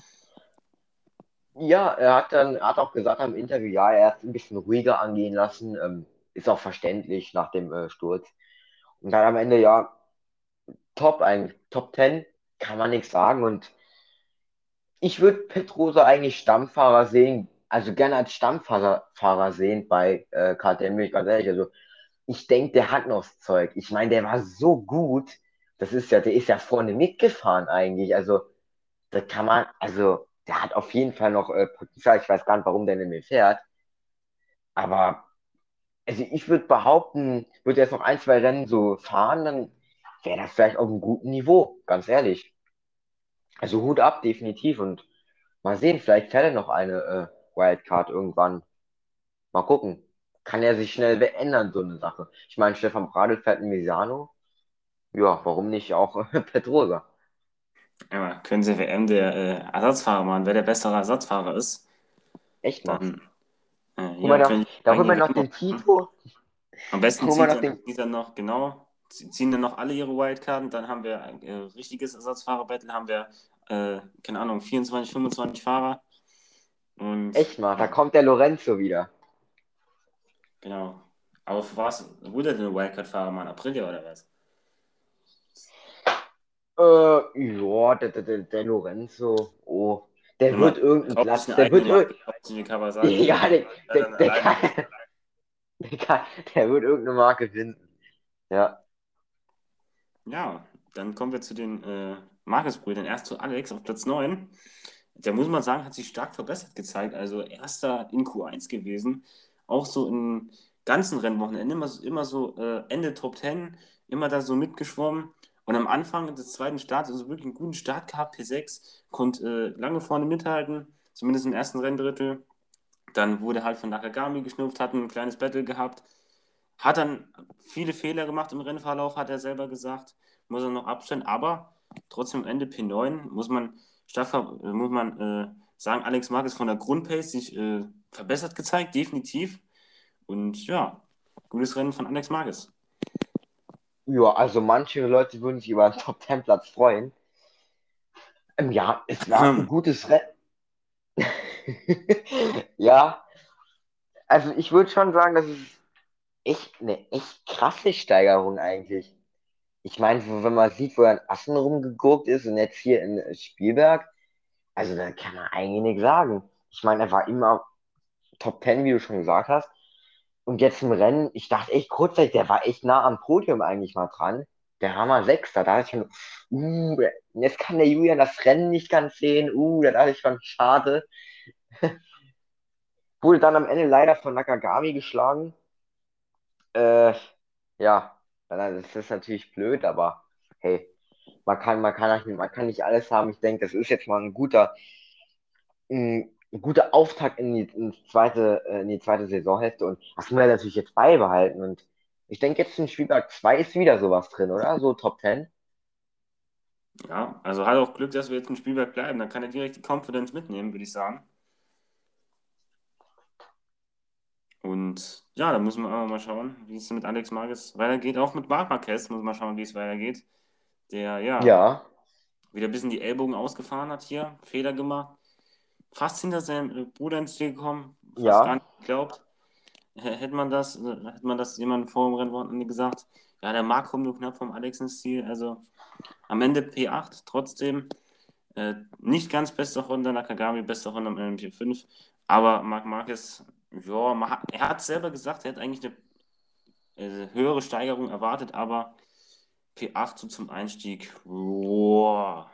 Ja, er hat auch gesagt im Interview, ja, er hat es ein bisschen ruhiger angehen lassen. Ist auch verständlich nach dem Sturz. Und dann am Ende, ja, top, ein Top 10, kann man nichts sagen. Und ich würde Pedrosa eigentlich Stammfahrer sehen, also gerne als Stammfahrer sehen bei KTM, bin ich ganz ehrlich. Also ich denke, der hat noch das Zeug. Ich meine, der war so gut. Der ist ja vorne mitgefahren eigentlich. Also, da kann man, also, der hat auf jeden Fall noch Potenzial. Ich weiß gar nicht, warum der nicht mehr fährt. Aber, also ich würde behaupten, würde jetzt noch ein, zwei Rennen so fahren, dann wäre das vielleicht auf einem guten Niveau, ganz ehrlich. Also Hut ab, definitiv. Und mal sehen, vielleicht fährt er noch eine Wildcard irgendwann. Mal gucken. Kann er sich schnell beändern, so eine Sache. Ich meine, Stefan Bradl fährt in Misano. Ja, warum nicht auch Pedrosa? Ja, können Sie WM der Ersatzfahrer machen, wer der bessere Ersatzfahrer ist, Echt mal. dann Holen wir ja, noch, können Sie da holen wir eigene noch WM den machen. Tito. Am besten Holen wir noch den. zieht dann noch, genau, ziehen dann noch alle ihre Wildcarden, dann haben wir ein richtiges Ersatzfahrer-Battle, haben wir, keine Ahnung, 24, 25 Fahrer und Echt mal, da ja, kommt der Lorenzo wieder. genau. Aber für was wurde denn ein Wildcard-Fahrer mal in April oder was? Ja, der Lorenzo. Oh, der wird Nummer, irgendeinen kauft sich Platz. eine Der eigene wird Marke, kauft sich eine Kawasaki Ja, und fährt dann der alleine kann, los. der kann, der wird irgendeine Marke finden. Ja. Ja, dann kommen wir zu den Marcus-Brüdern. Erst zu Alex auf Platz 9. Der muss man sagen, hat sich stark verbessert gezeigt. Also erster in Q1 gewesen. Auch so im ganzen Rennwochenende immer so Ende Top 10, immer da so mitgeschwommen. Und am Anfang des zweiten Starts, also wirklich einen guten Start gehabt, P6, konnte lange vorne mithalten, zumindest im ersten Renndrittel. Dann wurde halt von Nakagami geschnupft, hat ein kleines Battle gehabt. Hat dann viele Fehler gemacht im Rennverlauf, hat er selber gesagt. Muss er noch abstellen. Aber trotzdem am Ende P9 muss man sagen, Alex Marquez von der Grundpace sich verbessert gezeigt, definitiv. Und ja, gutes Rennen von Alex Marquez. Ja, also manche Leute würden sich über einen Top-10-Platz freuen. Ja, es war ein gutes Rennen. Ja, also ich würde schon sagen, das ist eine echt krasse Steigerung eigentlich. Ich meine, wenn man sieht, wo er in Assen rumgegurkt ist und jetzt hier in Spielberg, also da kann man eigentlich nichts sagen. Ich meine, er war immer Top 10, wie du schon gesagt hast. Und jetzt im Rennen, ich dachte echt kurzzeitig, der war echt nah am Podium eigentlich mal dran. Der war mal Sechster. Da dachte ich schon, jetzt kann der Julian das Rennen nicht ganz sehen. Da dachte ich schon, schade. Wurde dann am Ende leider von Nakagami geschlagen. Äh, ja, das ist natürlich blöd, aber hey, man kann nicht alles haben. Ich denke, das ist jetzt mal ein guter Auftakt in die zweite Saisonhälfte und das muss er natürlich jetzt beibehalten. Und ich denke, jetzt in Spieltag 2 ist wieder sowas drin, oder? So Top 10. Ja, also hat auch Glück, dass wir jetzt im Spielberg bleiben. Dann kann er direkt die Confidence mitnehmen, würde ich sagen. Und ja, da müssen wir auch mal schauen, wie es mit Alex Marquez weitergeht. Auch mit Marc Marquez muss man schauen, wie es weitergeht. Der ja Ja, wieder ein bisschen die Ellbogen ausgefahren hat hier, Fehler gemacht. Fast hinter seinem Bruder ins Ziel gekommen, fast gar ja. nicht geglaubt. Hätte man das jemandem vor dem Rennwochenende gesagt. Ja, der Marc kommt nur knapp vom Alex ins Ziel. Also am Ende P8, trotzdem nicht ganz beste Runde, Nakagami beste Runde am Ende P5. Aber Marc Marquez, ja, er hat selber gesagt, er hat eigentlich eine höhere Steigerung erwartet, aber P8 so zum Einstieg, wow.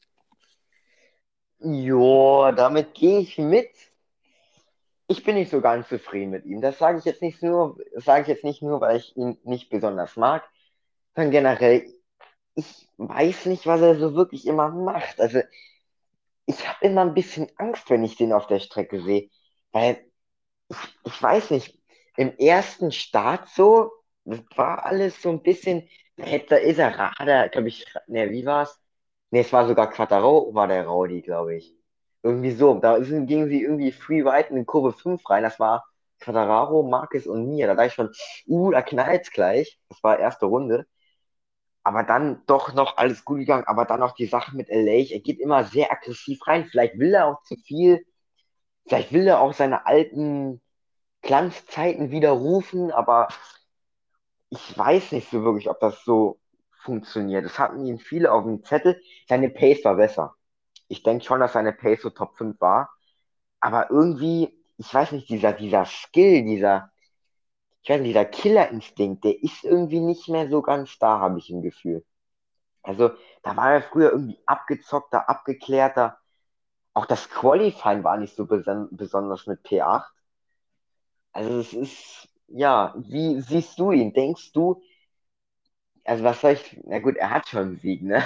Jo, damit gehe ich mit. Ich bin nicht so ganz zufrieden mit ihm. Das sage ich jetzt nicht nur, weil ich ihn nicht besonders mag, sondern generell, ich weiß nicht, was er so wirklich immer macht. Also, ich habe immer ein bisschen Angst, wenn ich den auf der Strecke sehe, weil ich weiß nicht, im ersten Start so, das war alles so ein bisschen Hat er, glaube ich, ne, wie war's? Ne, es war sogar Quattaro, war der Rowdy, glaube ich. Irgendwie so. Gingen sie irgendwie Free Ride in Kurve 5 rein. Das war Quattararo, Marquez und mir. Da dachte ich schon, da knallt's gleich. Das war erste Runde. Aber dann doch noch alles gut gegangen. Aber dann noch die Sache mit LA. Er geht immer sehr aggressiv rein. Vielleicht will er auch zu viel. Vielleicht will er auch seine alten Glanzzeiten widerrufen. Aber ich weiß nicht so wirklich, ob das so funktioniert. Das hatten ihn viele auf dem Zettel. Seine Pace war besser. Ich denke schon, dass seine Pace so Top 5 war. Aber irgendwie, ich weiß nicht, dieser Skill, ich weiß nicht, dieser Killerinstinkt, der ist irgendwie nicht mehr so ganz da, habe ich im Gefühl. Also, da war er früher irgendwie abgezockter, abgeklärter. Auch das Qualifying war nicht so besonders mit P8. Also, es ist, ja, wie siehst du ihn? Denkst du, also was soll ich, na gut, er hat schon einen Sieg, ne?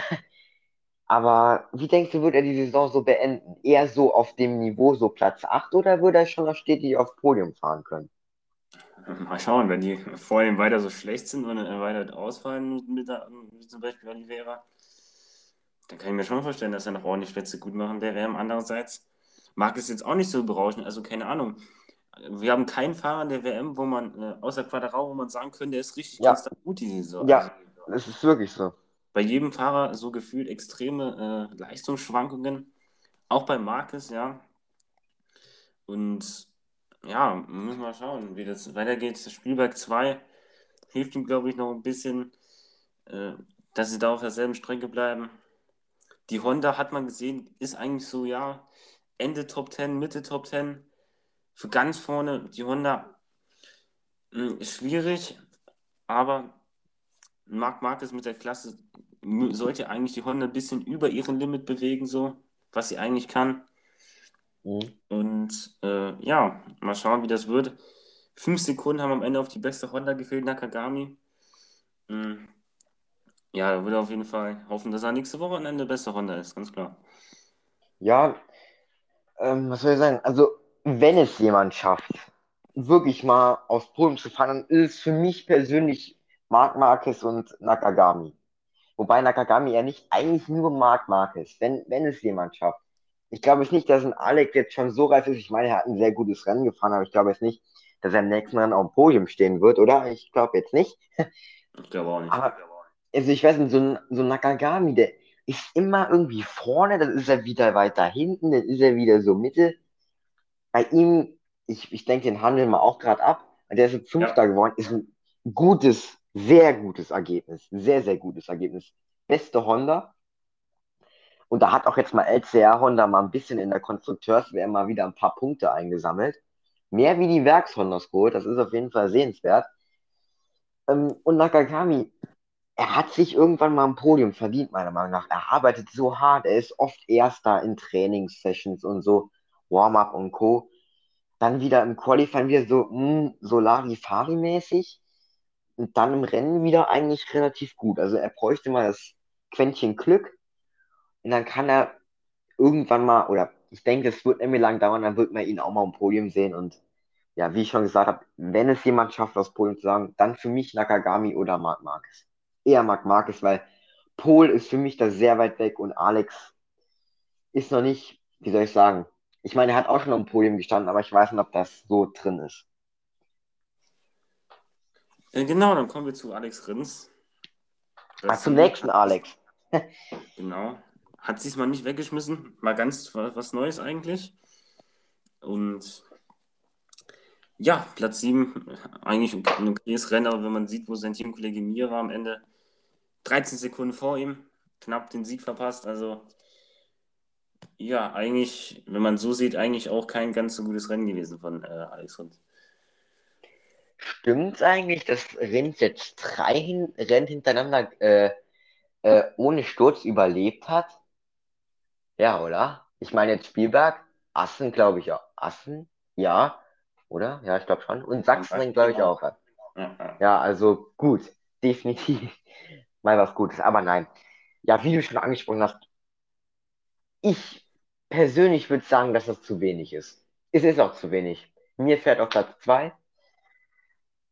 Aber wie denkst du, wird er die Saison so beenden? Eher so auf dem Niveau, so Platz 8, oder würde er schon noch stetig aufs Podium fahren können? Mal schauen, wenn die vor ihm weiter so schlecht sind und weiter ausfallen, wie zum Beispiel Oliveira, dann kann ich mir schon vorstellen, dass er noch ordentlich Plätze gut machen der WM. Andererseits mag es jetzt auch nicht so berauschen, also keine Ahnung. Wir haben keinen Fahrer in der WM, wo man, außer Quadraro, wo man sagen könnte, der ist richtig Ja, konstant gut diese Saison. Also ja, es ist wirklich so. bei jedem Fahrer so gefühlt extreme Leistungsschwankungen. Auch bei Marquez, ja. Und ja, müssen wir mal schauen, wie das weitergeht. Das Spielberg 2 hilft ihm, glaube ich, noch ein bisschen, äh, dass sie da auf derselben Strecke bleiben. Die Honda hat man gesehen, ist eigentlich so, ja, Ende Top 10, Mitte Top 10. Für ganz vorne, die Honda ist schwierig, aber Marc Marquez mit der Klasse sollte eigentlich die Honda ein bisschen über ihren Limit bewegen, so, was sie eigentlich kann. Mhm. Und ja, mal schauen, wie das wird. 5 Sekunden haben am Ende auf die beste Honda gefehlt, Nakagami. Mm, ja, da würde auf jeden Fall hoffen, dass er nächste Woche am Ende beste Honda ist, ganz klar. Ja, was soll ich sagen? Also, wenn es jemand schafft, wirklich mal aufs Podium zu fahren, dann ist es für mich persönlich Marc Marquez und Nakagami. Wobei Nakagami ja nicht eigentlich nur Marc Marquez, wenn es jemand schafft. Ich glaube jetzt nicht, dass ein Alex jetzt schon so reif ist. Ich meine, er hat ein sehr gutes Rennen gefahren, aber ich glaube jetzt nicht, dass er im nächsten Rennen auf dem Podium stehen wird, oder? Ich glaube jetzt nicht. Ich glaube auch nicht. Aber, also ich weiß nicht, so ein Nakagami, der ist immer irgendwie vorne, dann ist er wieder weiter hinten, dann ist er wieder so Mitte. Bei ihm, ich denke, den handeln wir auch gerade ab. Der ist jetzt Ja, Fünfter geworden, ist ein gutes, sehr gutes Ergebnis. Sehr, sehr gutes Ergebnis. Beste Honda. Und da hat auch jetzt mal LCR Honda mal ein bisschen in der Konstrukteurs-WM mal wieder ein paar Punkte eingesammelt. Mehr wie die Werks-Hondas geholt, das ist auf jeden Fall sehenswert. Und Nakagami, er hat sich irgendwann mal ein Podium verdient, meiner Meinung nach. Er arbeitet so hart, er ist oft Erster in Trainingssessions und so, Warm-up und Co. Dann wieder im Qualifying wieder so, Solari-Fari-mäßig. Und dann im Rennen wieder eigentlich relativ gut. Also er bräuchte mal das Quäntchen Glück und dann kann er irgendwann mal, oder ich denke, es wird nicht mehr lang dauern, dann wird man ihn auch mal am Podium sehen. Und ja, wie ich schon gesagt habe, wenn es jemand schafft, das Podium zu sagen, dann für mich Nakagami oder Marc Marquez. Eher Marc Marquez, weil Pol ist für mich da sehr weit weg und Alex ist noch nicht, wie soll ich sagen, ich meine, er hat auch schon am Podium gestanden, aber ich weiß nicht, ob das so drin ist. genau, dann kommen wir zu Alex Rins. Ah, Das zum Team nächsten hat sich, Alex. genau, hat sich mal nicht weggeschmissen. Mal ganz was Neues eigentlich. Und ja, Platz 7, eigentlich ein okayes Rennen, aber wenn man sieht, wo sein Teamkollege Mir war am Ende, 13 Sekunden vor ihm, knapp den Sieg verpasst. Also ja, eigentlich, wenn man so sieht, eigentlich auch kein ganz so gutes Rennen gewesen von Alex Rins. Stimmt's eigentlich, dass Rins jetzt drei Rennen hintereinander ohne Sturz überlebt hat? Ja, oder? Ich meine jetzt Spielberg, Assen glaube ich auch. Assen? Ja, oder? Ja, ich glaube schon. Und Am Sachsenring glaube Beispiel ich auch. auch. Ja, Ja, ja. ja, also gut, definitiv mal was Gutes. Aber nein. Ja, wie du schon angesprochen hast, ich persönlich würde sagen, dass das zu wenig ist. Es ist auch zu wenig. Mir fährt auf Platz 2.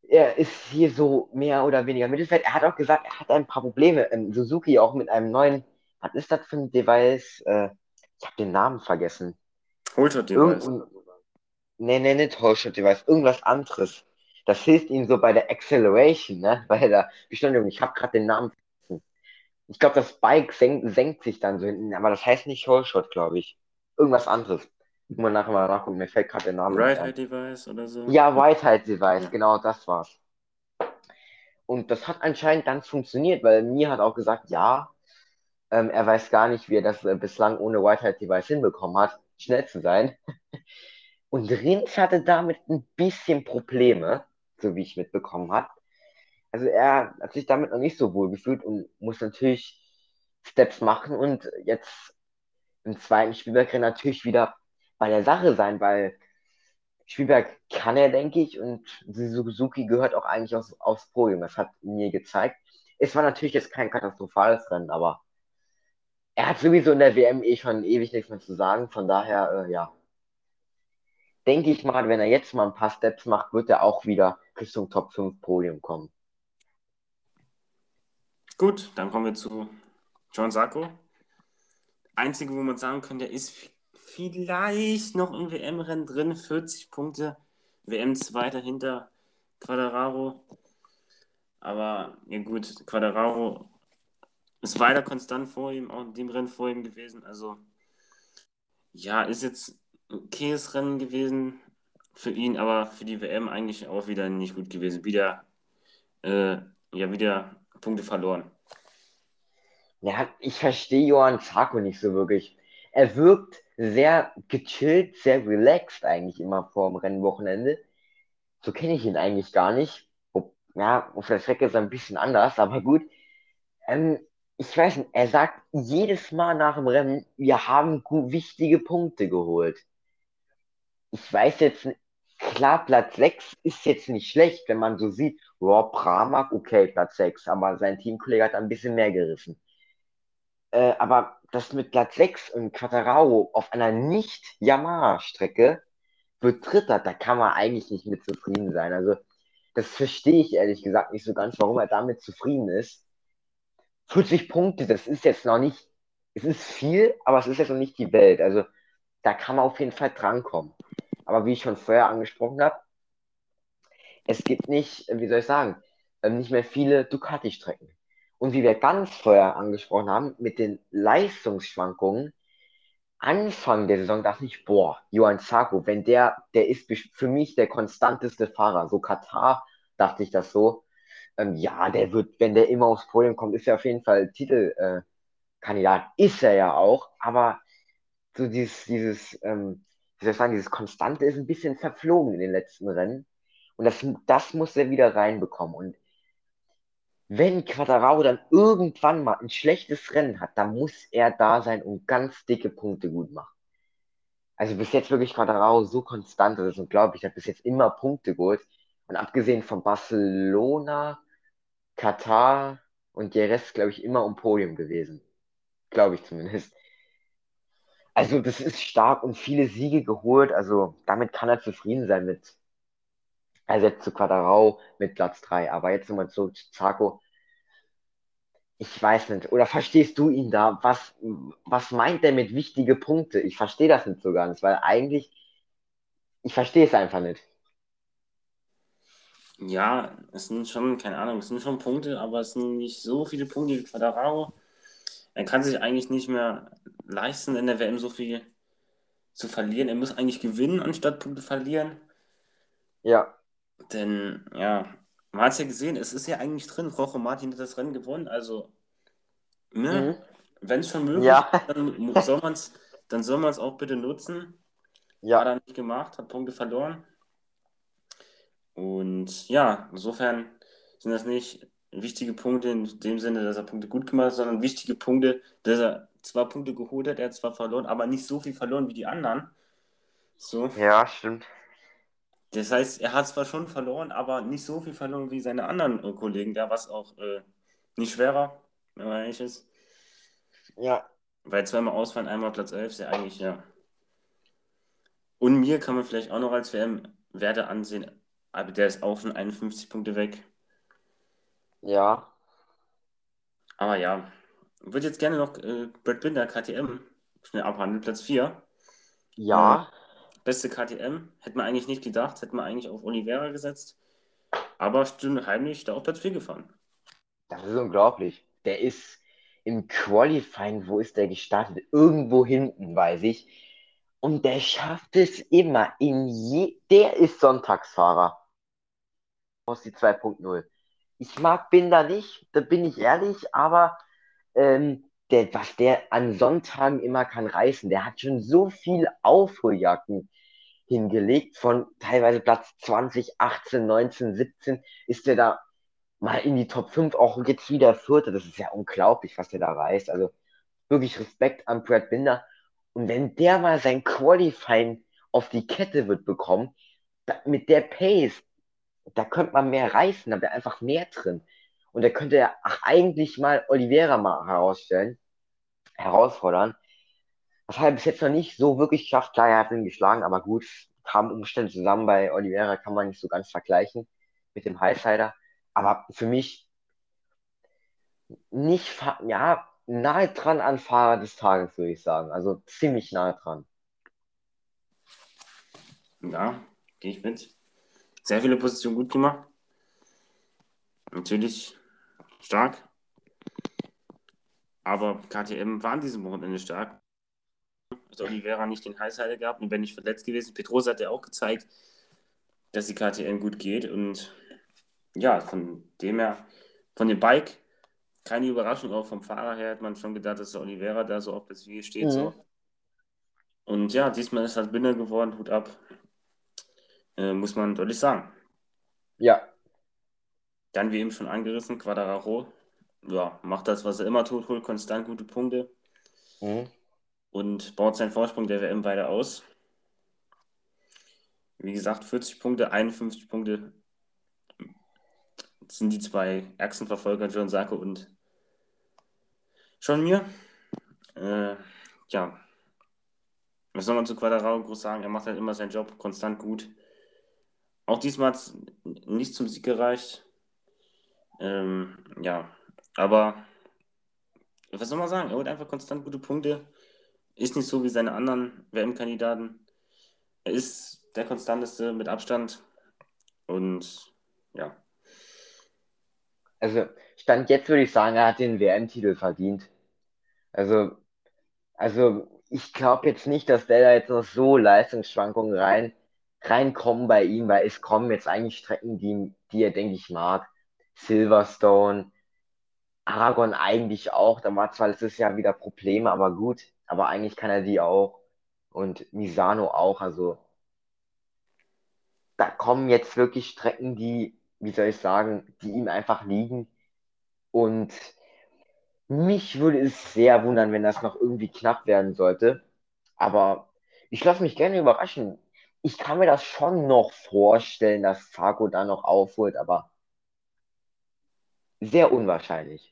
er ist hier so mehr oder weniger Mittelfeld. Er hat auch gesagt, er hat ein paar Probleme. Suzuki auch mit einem neuen, was ist das für ein Device? Ich habe den Namen vergessen. Holshot-Device. Irgendein, nee, nicht Holshot-Device, irgendwas anderes. Das hilft ihm so bei der Acceleration, ne? Bei der Beschleunigung. Ich habe gerade den Namen vergessen. Ich glaube, das Bike senkt sich dann so hinten, aber das heißt nicht Holeshot, glaube ich. Irgendwas anderes. Muss man nachher mal nachgucken, mir fällt gerade der Name nicht ein. Ride-Height-Device oder so. Ja, Whitehead-Device, Ja. genau das war's. Und das hat anscheinend ganz funktioniert, weil Mir hat auch gesagt, ja, er weiß gar nicht, wie er das bislang ohne Whitehead-Device hinbekommen hat, schnell zu sein. Und Rins hatte damit ein bisschen Probleme, so wie ich mitbekommen habe. Also er hat sich damit noch nicht so wohl gefühlt und muss natürlich Steps machen und jetzt im zweiten Spielberg natürlich wieder bei der Sache sein, weil Spielberg kann er, denke ich, und Suzuki gehört auch eigentlich aufs Podium. Das hat mir gezeigt. Es war natürlich jetzt kein katastrophales Rennen, aber er hat sowieso in der WM eh schon ewig nichts mehr zu sagen. Von daher, ja, denke ich mal, wenn er jetzt mal ein paar Steps macht, wird er auch wieder Richtung Top 5 Podium kommen. Gut, dann kommen wir zu John Sarko. Einzige, wo man sagen könnte, der ist vielleicht noch im WM-Rennen drin, 40 Punkte, WM-Zweiter hinter Quadraro. Aber ja gut, Quadraro ist weiter konstant vor ihm, auch in dem Rennen vor ihm gewesen. Also ja, ist jetzt ein okayes Rennen gewesen für ihn, aber für die WM eigentlich auch wieder nicht gut gewesen. Äh, wieder Punkte verloren. Ja, ich verstehe Johann Zarco nicht so wirklich. Er wirkt sehr gechillt, sehr relaxed eigentlich immer vor dem Rennwochenende. So kenne ich ihn eigentlich gar nicht. Ja, auf der Strecke ist er ein bisschen anders, aber gut. Ähm, Ich weiß nicht, er sagt jedes Mal nach dem Rennen, wir haben wichtige Punkte geholt. Ich weiß jetzt nicht, klar, Platz 6 ist jetzt nicht schlecht, wenn man so sieht, wow, Pramac, okay, Platz 6, aber sein Teamkollege hat ein bisschen mehr gerissen. Aber das mit Platz 6 und Quattararo auf einer Nicht-Yamaha-Strecke wird Dritter, da kann man eigentlich nicht mit zufrieden sein. Also, das verstehe ich ehrlich gesagt nicht so ganz, warum er damit zufrieden ist. 40 Punkte, das ist jetzt noch nicht, es ist viel, aber es ist jetzt noch nicht die Welt. Also, da kann man auf jeden Fall drankommen. Aber wie ich schon vorher angesprochen habe, es gibt nicht, wie soll ich sagen, nicht mehr viele Ducati-Strecken. Und wie wir ganz vorher angesprochen haben, mit den Leistungsschwankungen, Anfang der Saison dachte ich, boah, Johann Zarco, wenn der ist für mich der konstanteste Fahrer. So Katar dachte ich das so. Ja, der wird, wenn der immer aufs Podium kommt, ist er auf jeden Fall Titelkandidat. Kandidat. Ist er ja auch, aber so wie soll ich sagen, dieses Konstante ist ein bisschen verflogen in den letzten Rennen. Und das muss er wieder reinbekommen. Und wenn Quattararo dann irgendwann mal ein schlechtes Rennen hat, dann muss er da sein und ganz dicke Punkte gut machen. Also bis jetzt wirklich Quattararo so konstant, das ist unglaublich, er hat bis jetzt immer Punkte geholt. Und abgesehen von Barcelona, Katar und der Rest, glaube ich, immer um Podium gewesen. Glaube ich zumindest. Also das ist stark und viele Siege geholt. Also damit kann er zufrieden sein mit, also jetzt zu Quattararo mit Platz 3. Aber jetzt nochmal zu Zarco. Ich weiß nicht. Oder verstehst du ihn da? Was meint er mit wichtige Punkte? Ich verstehe das nicht so ganz, weil eigentlich, ich verstehe es einfach nicht. Ja, es sind schon, keine Ahnung, es sind schon Punkte, aber es sind nicht so viele Punkte wie Quadraro. Er kann sich eigentlich nicht mehr leisten, in der WM so viel zu verlieren. Er muss eigentlich gewinnen, anstatt Punkte verlieren. Ja. Denn, ja, man hat es ja gesehen, es ist ja eigentlich drin. Roche Martin hat das Rennen gewonnen. Also, ne, Mhm. wenn es schon möglich Ja. ist, dann soll man es auch bitte nutzen. Hat Ja. er nicht gemacht, hat Punkte verloren. Und ja, insofern sind das nicht wichtige Punkte in dem Sinne, dass er Punkte gut gemacht hat, sondern wichtige Punkte, dass er zwar Punkte geholt hat, er hat zwar verloren, aber nicht so viel verloren wie die anderen. So. Ja, stimmt. Das heißt, er hat zwar schon verloren, aber nicht so viel verloren wie seine anderen Kollegen da, was auch nicht schwerer, wenn man ehrlich ist. Ja. Weil zweimal ausfallen, einmal Platz 11 ist ja eigentlich, ja. Und mir kann man vielleicht auch noch als WM-Werte ansehen, aber der ist auch schon 51 Punkte weg. Ja, Aber ja, ich würde jetzt gerne noch Brad Binder, KTM, schnell abhandeln. Platz 4. Äh, ja, beste KTM. Hätte man eigentlich nicht gedacht. Hätte man eigentlich auf Oliveira gesetzt. Aber still heimlich da auf Platz 4 gefahren. das ist unglaublich. Der ist im Qualifying, wo ist der gestartet? Irgendwo hinten, weiß ich. Und der schafft es immer. Der ist Sonntagsfahrer aus die 2.0. Ich mag Binder nicht, da bin ich ehrlich, aber was der an Sonntagen immer kann reißen, der hat schon so viel Aufholjagden hingelegt, von teilweise Platz 20, 18, 19, 17, ist der da mal in die Top 5, auch jetzt wieder Vierter. Das ist ja unglaublich, was der da reißt. Also wirklich Respekt an Brad Binder. Und wenn der mal sein Qualifying auf die Kette wird bekommen, mit der Pace, da könnte man mehr reißen, da wäre einfach mehr drin. Und da könnte er eigentlich mal Oliveira mal herausfordern. Das hat er bis jetzt noch nicht so wirklich geschafft. Klar, er hat ihn geschlagen, aber gut, kamen Umstände zusammen. Bei Oliveira kann man nicht so ganz vergleichen mit dem Highsider. Aber für mich nicht, ja, nahe dran an Fahrer des Tages, würde ich sagen. Also ziemlich nahe dran. Ja, gehe ich mit. Sehr viele Positionen gut gemacht. Natürlich stark. Aber KTM war an diesem Wochenende stark. Hat Oliveira nicht den Highsider gehabt und wenn nicht verletzt gewesen. Pedrosa hat ja auch gezeigt, dass die KTM gut geht. Und ja, von dem her, von dem Bike, keine Überraschung, auch vom Fahrer her hat man schon gedacht, dass der Oliveira da so auf das Ziel steht. Mhm. So. Und ja, diesmal ist das Binder geworden, Hut ab, muss man deutlich sagen. Ja. Dann, wie eben schon angerissen, Quadraro, ja, macht das, was er immer tut, holt konstant gute Punkte Mhm. und baut seinen Vorsprung der WM weiter aus. Wie gesagt, 40 Punkte, 51 Punkte sind die zwei ärgsten Verfolger, John Sarko und schon mir. Äh, ja, was soll man zu Quadraro groß sagen? Er macht halt immer seinen Job konstant gut. Auch diesmal hat es nicht zum Sieg gereicht. Ja, aber was soll man sagen? Er holt einfach konstant gute Punkte. Ist nicht so wie seine anderen WM-Kandidaten. Er ist der konstanteste mit Abstand. Und ja, Also Stand jetzt würde ich sagen, er hat den WM-Titel verdient. Also, also ich glaube jetzt nicht, dass der da jetzt noch so Leistungsschwankungen reinkommen bei ihm, weil es kommen jetzt eigentlich Strecken, die er, denke ich, mag. Silverstone, Aragon eigentlich auch. Da war zwar letztes Jahr wieder Probleme, aber gut. Aber eigentlich kann er die auch. Und Misano auch. Also da kommen jetzt wirklich Strecken, die, wie soll ich sagen, die ihm einfach liegen. Und mich würde es sehr wundern, wenn das noch irgendwie knapp werden sollte. Aber ich lasse mich gerne überraschen. Ich kann mir das schon noch vorstellen, dass Fargo da noch aufholt, aber sehr unwahrscheinlich.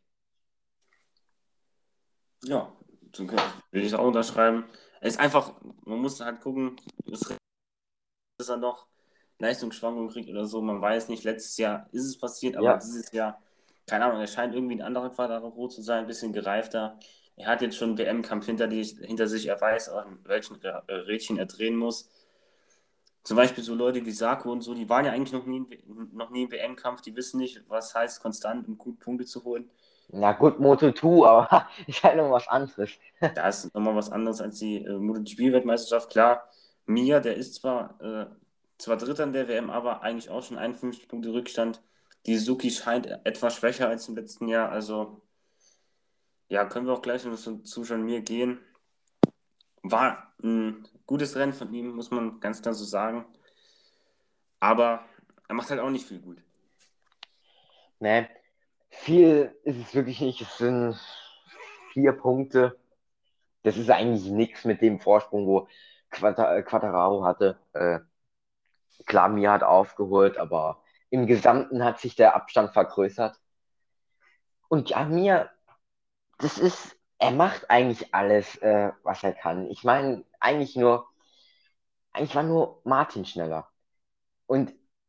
ja, so will ich auch unterschreiben. Es ist einfach, man muss halt gucken, dass er noch Leistungsschwankungen kriegt oder so. Man weiß nicht, letztes Jahr ist es passiert, aber Ja, dieses Jahr, keine Ahnung, er scheint irgendwie ein anderer Quadraro zu sein, ein bisschen gereifter. Er hat jetzt schon einen WM-Kampf hinter sich, er weiß, an welchen Rädchen er drehen muss. Zum Beispiel so Leute wie Sarko und so, die waren ja eigentlich noch nie im WM-Kampf, die wissen nicht, was heißt, konstant und gut Punkte zu holen. na gut, Moto2, aber ist halt noch was anderes. Da ist nochmal was anderes als die MotoGP-Weltmeisterschaft. Klar, Mia, der ist zwar Dritter in der WM, aber eigentlich auch schon 51 Punkte Rückstand. Die Suzuki scheint etwas schwächer als im letzten Jahr. Also, ja, können wir auch gleich noch zu John Mir gehen. War ein gutes Rennen von ihm, muss man ganz klar so sagen. Aber er macht halt auch nicht viel gut. Ne, viel ist es wirklich nicht. Es sind 4 Punkte. Das ist eigentlich nichts mit dem Vorsprung, wo Quattararo hatte. Klar, Mir hat aufgeholt, aber im Gesamten hat sich der Abstand vergrößert. Und ja, Mir, er macht eigentlich alles, was er kann. Ich meine, eigentlich war nur Martin schneller. Und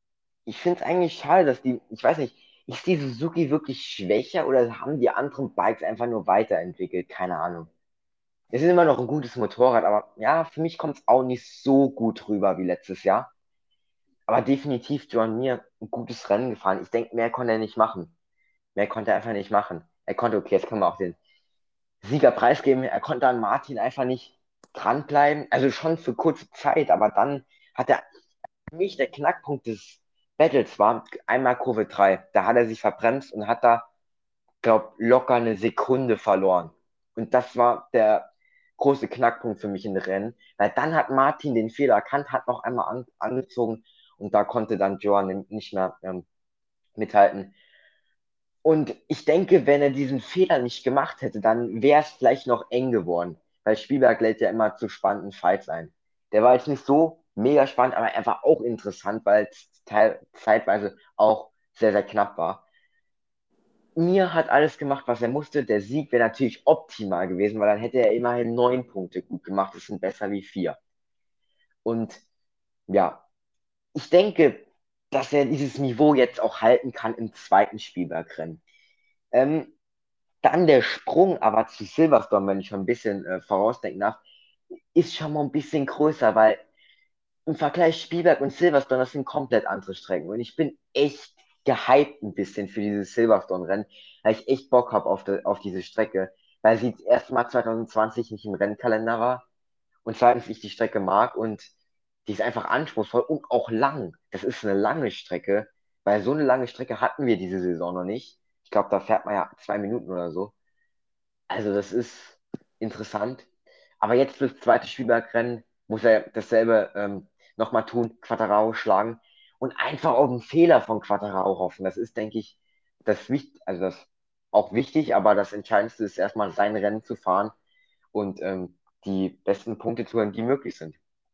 ich finde es eigentlich schade, dass ich weiß nicht, ist die Suzuki wirklich schwächer oder haben die anderen Bikes einfach nur weiterentwickelt? Keine Ahnung. Es ist immer noch ein gutes Motorrad, aber ja, für mich kommt es auch nicht so gut rüber wie letztes Jahr. Aber definitiv Joan Mir ein gutes Rennen gefahren. Ich denke, mehr konnte er nicht machen. Mehr konnte er einfach nicht machen. Er konnte, okay, jetzt können wir auch den Sieger preisgeben. Er konnte an Martin einfach nicht dranbleiben. Also schon für kurze Zeit, aber dann hat er für mich der Knackpunkt des Battles war einmal Kurve 3. Da hat er sich verbremst und hat da, glaube locker eine Sekunde verloren. Und das war der große Knackpunkt für mich in den Rennen, weil dann hat Martin den Fehler erkannt, hat noch einmal angezogen und da konnte dann Joan nicht mehr mithalten. Und ich denke, wenn er diesen Fehler nicht gemacht hätte, dann wäre es vielleicht noch eng geworden, weil Spielberg lädt ja immer zu spannenden Fights ein. Der war jetzt nicht so mega spannend, aber einfach auch interessant, weil es zeitweise auch sehr, sehr knapp war. Mir hat alles gemacht, was er musste. Der Sieg wäre natürlich optimal gewesen, weil dann hätte er immerhin 9 Punkte gut gemacht. Das sind besser wie 4. Und ja, ich denke, dass er dieses Niveau jetzt auch halten kann im zweiten Spielbergrennen. Ähm, Dann der Sprung aber zu Silverstone, wenn ich schon ein bisschen vorausdenken darf, ist schon mal ein bisschen größer, weil im Vergleich Spielberg und Silverstone, das sind komplett andere Strecken. Und ich bin echt gehypt ein bisschen für dieses Silverstone-Rennen, weil ich echt Bock habe auf diese Strecke, weil sie das erste Mal 2020 nicht im Rennkalender war und zweitens ich die Strecke mag und die ist einfach anspruchsvoll und auch lang. Das ist eine lange Strecke, weil so eine lange Strecke hatten wir diese Saison noch nicht. Ich glaube, da fährt man ja 2 Minuten oder so. Also das ist interessant. Aber jetzt fürs zweite Spielbergrennen muss er dasselbe nochmal tun, Quattararo schlagen und einfach auf einen Fehler von Quattararo hoffen. Das ist, denke ich, also das auch wichtig, aber das Entscheidendste ist erstmal sein Rennen zu fahren und die besten Punkte zu holen, die möglich sind.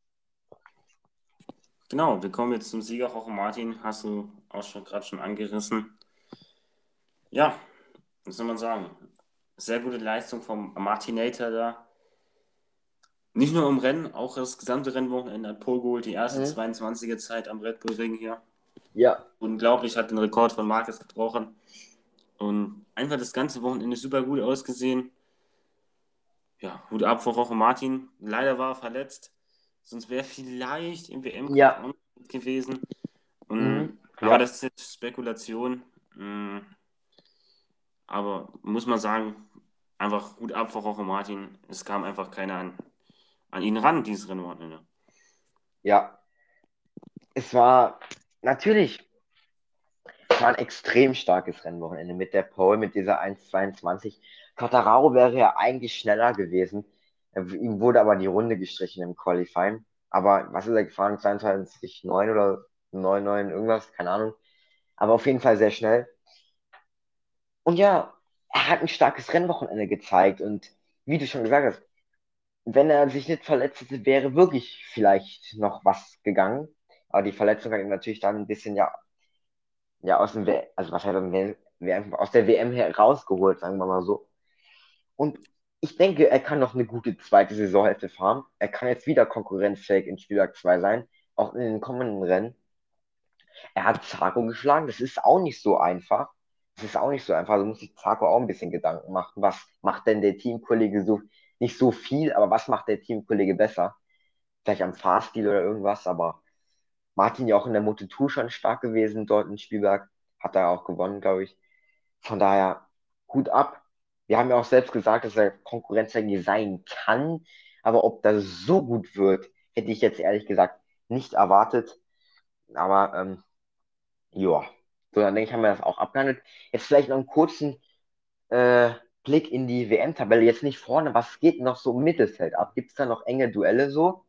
Genau, wir kommen jetzt zum Sieger. Jorge Martin, hast du auch schon gerade schon angerissen. Ja, was soll man sagen? Sehr gute Leistung vom Martinator da. Nicht nur im Rennen, auch das gesamte Rennwochenende hat Pole geholt, die erste Mhm. 22er Zeit am Red Bull Ring hier. Ja, Unglaublich, hat den Rekord von Marquez gebrochen. Und einfach das ganze Wochenende super gut ausgesehen. Ja, Hut ab vor Jorge Martin. Leider war er verletzt. Sonst wäre vielleicht im WM-Kampf auch ja, noch gut gewesen. mhm. Aber Ja, das ist jetzt Spekulation. Aber muss man sagen, einfach Hut ab vor Jorge Martin. Es kam einfach keiner an ihn ran, dieses Rennwochenende. ja. Es war natürlich, es war ein extrem starkes Rennwochenende mit der Pole, mit dieser 1,22. Quartararo wäre ja eigentlich schneller gewesen. Ihm wurde aber die Runde gestrichen im Qualifying. Aber was ist er gefahren? 22,9 oder 9,9 irgendwas? Keine Ahnung. Aber auf jeden Fall sehr schnell. Und ja, er hat ein starkes Rennwochenende gezeigt. Und wie du schon gesagt hast, wenn er sich nicht verletzt hätte, wäre wirklich vielleicht noch was gegangen. Aber die Verletzung hat ihm natürlich dann ein bisschen ja aus dem also was hat er aus der WM herausgeholt, sagen wir mal so. Und ich denke, er kann noch eine gute zweite Saisonhälfte fahren. Er kann jetzt wieder konkurrenzfähig in Spielberg 2 sein, auch in den kommenden Rennen. Er hat Zarco geschlagen, das ist auch nicht so einfach. Das ist auch nicht so einfach. Also muss sich Zarco auch ein bisschen Gedanken machen. Was macht denn der Teamkollege so, nicht so viel, aber was macht der Teamkollege besser? Vielleicht am Fahrstil oder irgendwas, aber Martin ja auch in der Moto2 schon stark gewesen, dort in Spielberg. Hat er auch gewonnen, glaube ich. Von daher, Hut ab. Wir haben ja auch selbst gesagt, dass er konkurrenzfähig sein kann. Aber ob das so gut wird, hätte ich jetzt ehrlich gesagt nicht erwartet. Aber ja, so dann denke ich, haben wir das auch abgehandelt. Jetzt vielleicht noch einen kurzen äh, Blick in die WM-Tabelle. Jetzt nicht vorne, was geht noch so im Mittelfeld ab? Gibt es da noch enge Duelle so?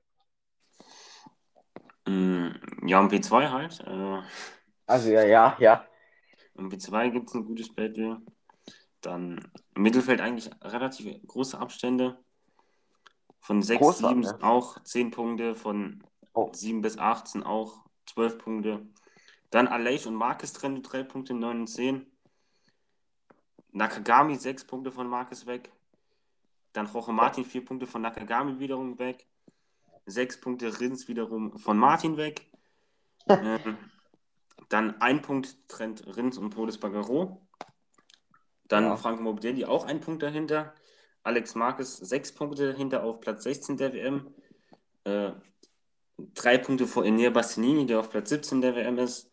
Ja, um P2 halt. Also ja, ja, ja. Um P2 gibt es ein gutes Battle. Dann im Mittelfeld eigentlich relativ große Abstände. Von 6, Groß war, 7 ne? sind auch 10 Punkte, von Oh, 7 bis 8 sind auch 12 Punkte. Dann Aleix und Marquez trennen 3 Punkte, 9 und 10. Nakagami 6 Punkte von Marquez weg. Dann Jorge Martin 4 Punkte von Nakagami wiederum weg. 6 Punkte Rins wiederum von Martin weg. Ähm, Dann ein Punkt trennt Rins und Pol Espargaro. Dann Ja. Franco Morbidelli auch ein Punkt dahinter. Alex Marquez 6 Punkte dahinter auf Platz 16 der WM. 3 Punkte vor Enea Bastianini, der auf Platz 17 der WM ist.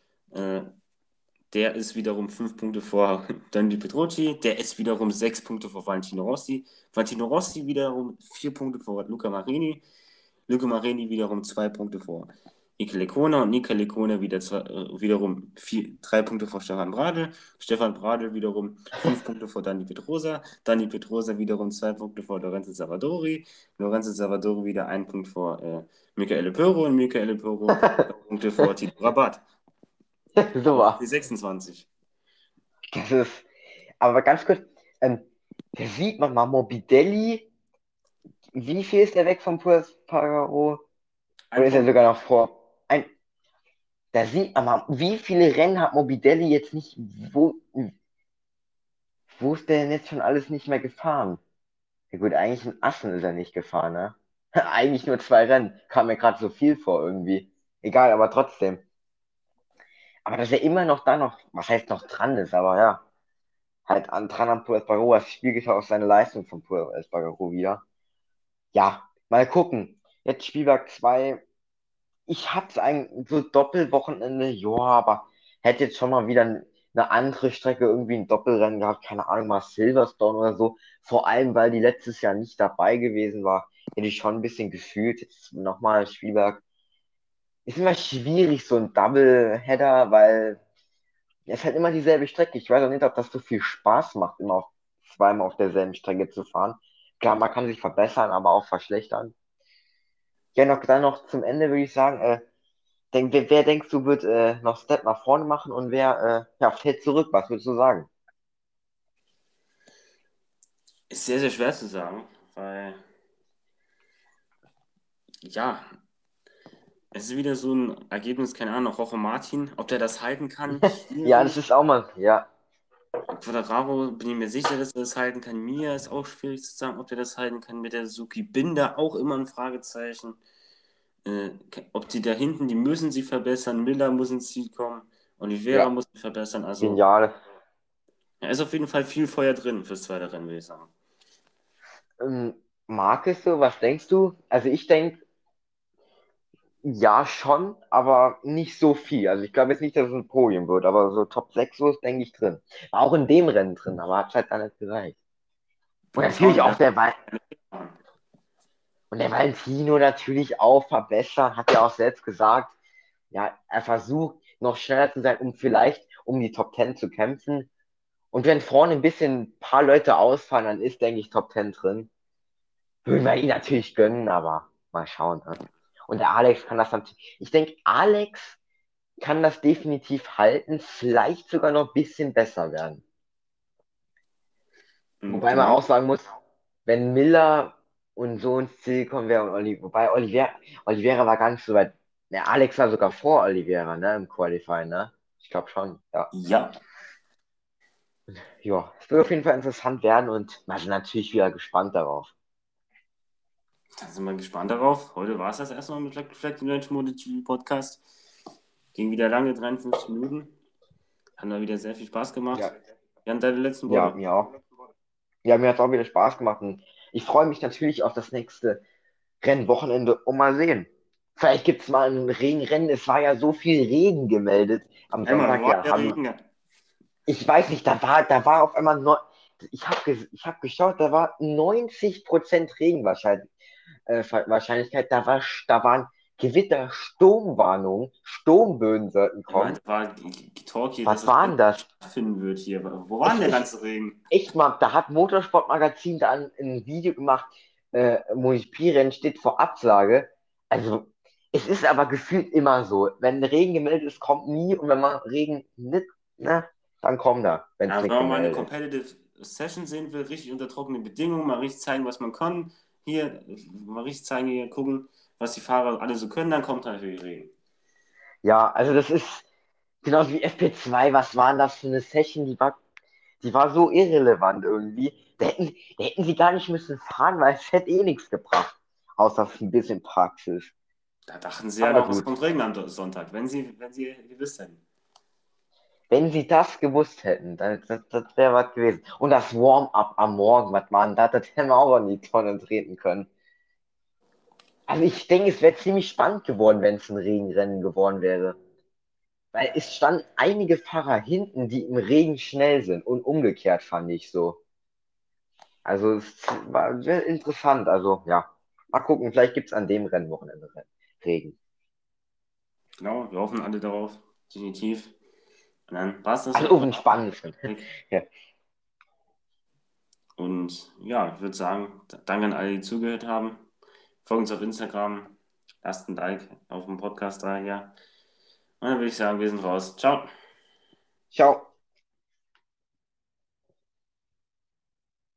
Der ist wiederum 5 Punkte vor Danilo Petrucci. Der ist wiederum 6 Punkte vor Valentino Rossi. Valentino Rossi wiederum 4 Punkte vor Luca Marini. Luca Marini wiederum 2 Punkte vor Ike Lecona und Nika Lecona wiederum 3 Punkte vor Stefan Bradl. Stefan Bradl wiederum 5 Punkte vor Dani Pedrosa. Dani Pedrosa wiederum 2 Punkte vor Lorenzo Savadori. Lorenzo Savadori wieder 1 Punkt vor Michaele Peuro und Michaele Peuro 2 Punkte vor Tito Rabat. So war. Die 26. Das ist, aber ganz kurz, da sieht man mal Morbidelli, wie viel ist der weg vom Pol Espargaro? Oder ist er sogar noch vor? Da sieht man mal, wie viele Rennen hat Morbidelli jetzt nicht, wo ist der denn jetzt schon alles nicht mehr gefahren? Ja gut, eigentlich in Assen ist er nicht gefahren, ne? Eigentlich nur 2 Rennen. Kam mir gerade so viel vor irgendwie. Egal, aber trotzdem. Aber dass er immer noch da noch, was heißt noch dran ist, aber ja, halt dran am Pol Espargaro, das spiegelt ja auch seine Leistung vom Pol Espargaro wieder. Ja, mal gucken. Jetzt Spielberg 2. Ich hab's eigentlich so Doppelwochenende, ja, aber hätte jetzt schon mal wieder eine andere Strecke, irgendwie ein Doppelrennen gehabt, keine Ahnung, mal Silverstone oder so. Vor allem, weil die letztes Jahr nicht dabei gewesen war, hätte ich schon ein bisschen gefühlt. Jetzt nochmal Spielberg. Ist immer schwierig, so ein Doubleheader, weil es ist halt immer dieselbe Strecke. Ich weiß auch nicht, ob das so viel Spaß macht, immer zweimal auf derselben Strecke zu fahren. Klar, man kann sich verbessern, aber auch verschlechtern. Ja, dann noch zum Ende würde ich sagen, wer denkst du wird noch Step nach vorne machen und wer ja, fällt zurück? Was würdest du sagen? Ist sehr, sehr schwer zu sagen, weil, ja, es ist wieder so ein Ergebnis, keine Ahnung, Rojo Martin, ob der das halten kann, Ja, das schwierig. ist auch mal, ja, Quadraro bin ich mir sicher, dass er das halten kann. Mir ist auch schwierig zu sagen, ob der das halten kann. Mit der Suzuki Binder auch immer ein Fragezeichen. Äh, Ob die da hinten, die müssen sie verbessern. Miller muss ins Ziel kommen. Oliveira ja, muss sich verbessern. Also, genial. da ist auf jeden Fall viel Feuer drin fürs zweite Rennen, würde ich sagen. Ähm, Marcus, so, was denkst du? Also ich denke, ja schon, aber nicht so viel. Also ich glaube jetzt nicht, dass es ein Podium wird, aber so Top 6 so ist, denke ich, drin. War auch in dem Rennen drin, aber hat halt dann nicht gereicht. Und Mal schauen, natürlich auch der der, und der Valentino natürlich auch verbessern, hat ja auch selbst gesagt, ja, er versucht noch schneller zu sein, um vielleicht um die Top 10 zu kämpfen. Und wenn vorne ein paar Leute ausfallen, dann ist, denke ich, Top 10 drin. Würden wir ihn natürlich gönnen, aber mal schauen. Ne? Und der Alex kann das natürlich, ich denke, Alex kann das definitiv halten, vielleicht sogar noch ein bisschen besser werden. Wobei man Genau. auch sagen muss, wenn Miller und so ins Ziel kommen wäre und wobei Oliveira war gar nicht so weit. Der Alex war sogar vor Oliveira, ne, im Qualifying, ne? Ich glaube schon, ja. Ja, Ja, es wird auf jeden Fall interessant werden und wir sind natürlich wieder gespannt darauf. da sind wir gespannt darauf. Heute war es das erstmal mit Fleck Fleck, dem Deutschen MotoGP Podcast. Ging wieder lange, 53 Minuten. Hat mal wieder sehr viel Spaß gemacht. Ja, Jan, deine letzten ja, Worte. mir auch. Ja, mir hat es auch wieder Spaß gemacht und ich freue mich natürlich auf das nächste Rennwochenende und mal sehen. Vielleicht gibt es mal ein Regenrennen. Es war ja so viel Regen gemeldet am Einmal, wo Sonntag. war Ja, der Regen? ich weiß nicht, da war auf einmal, ich hab geschaut, da war 90% Wahrscheinlichkeit. Da waren Gewitter, Sturmwarnungen, Sturmböen sollten Er meinte, kommen. war Talkie, dass Was das waren das? stattfinden wird hier. Wo war denn Es der ist ganze Regen? echt mal, da hat Motorsportmagazin dann ein Video gemacht, MotoGP-Rennen steht vor Absage. Also, es ist aber gefühlt immer so. Wenn Regen gemeldet ist, kommt nie. Und wenn man Regen nicht, ne, dann kommt er, wenn es Ja, wenn nicht man mal eine gemeldet ist. Competitive Session sehen will, richtig unter trockenen Bedingungen, mal richtig zeigen, was man kann. Hier, mal richtig zeigen, hier gucken, was die Fahrer alle so können, dann kommt natürlich Regen. Ja, also das ist genauso wie FP2. Was war denn das für eine Session? Die war so irrelevant irgendwie. Da hätten sie gar nicht müssen fahren, weil es hätte eh nichts gebracht. Außer ein bisschen Praxis. Da dachten sie ja Aber noch, es gut, kommt Regen am Sonntag, wenn sie gewusst hätten. wenn sie das gewusst hätten, das wäre was gewesen. Und das Warm-up am Morgen, was man, das hätten wir auch in die Tonne treten können. Also ich denke, es wäre ziemlich spannend geworden, wenn es ein Regenrennen geworden wäre. Weil es standen einige Fahrer hinten, die im Regen schnell sind und umgekehrt fand ich so. Also es war sehr interessant. Also ja, mal gucken, vielleicht gibt es an dem Rennwochenende Regen. Genau, wir hoffen alle darauf, definitiv. Und dann war es das Also auch. ein spannendes Rennen. Ja. Und ja, ich würde sagen, danke an alle, die zugehört haben. Folgt uns auf Instagram, lasst ein Like auf dem Podcast da, ja. Und dann würde ich sagen, wir sind raus. Ciao. Ciao.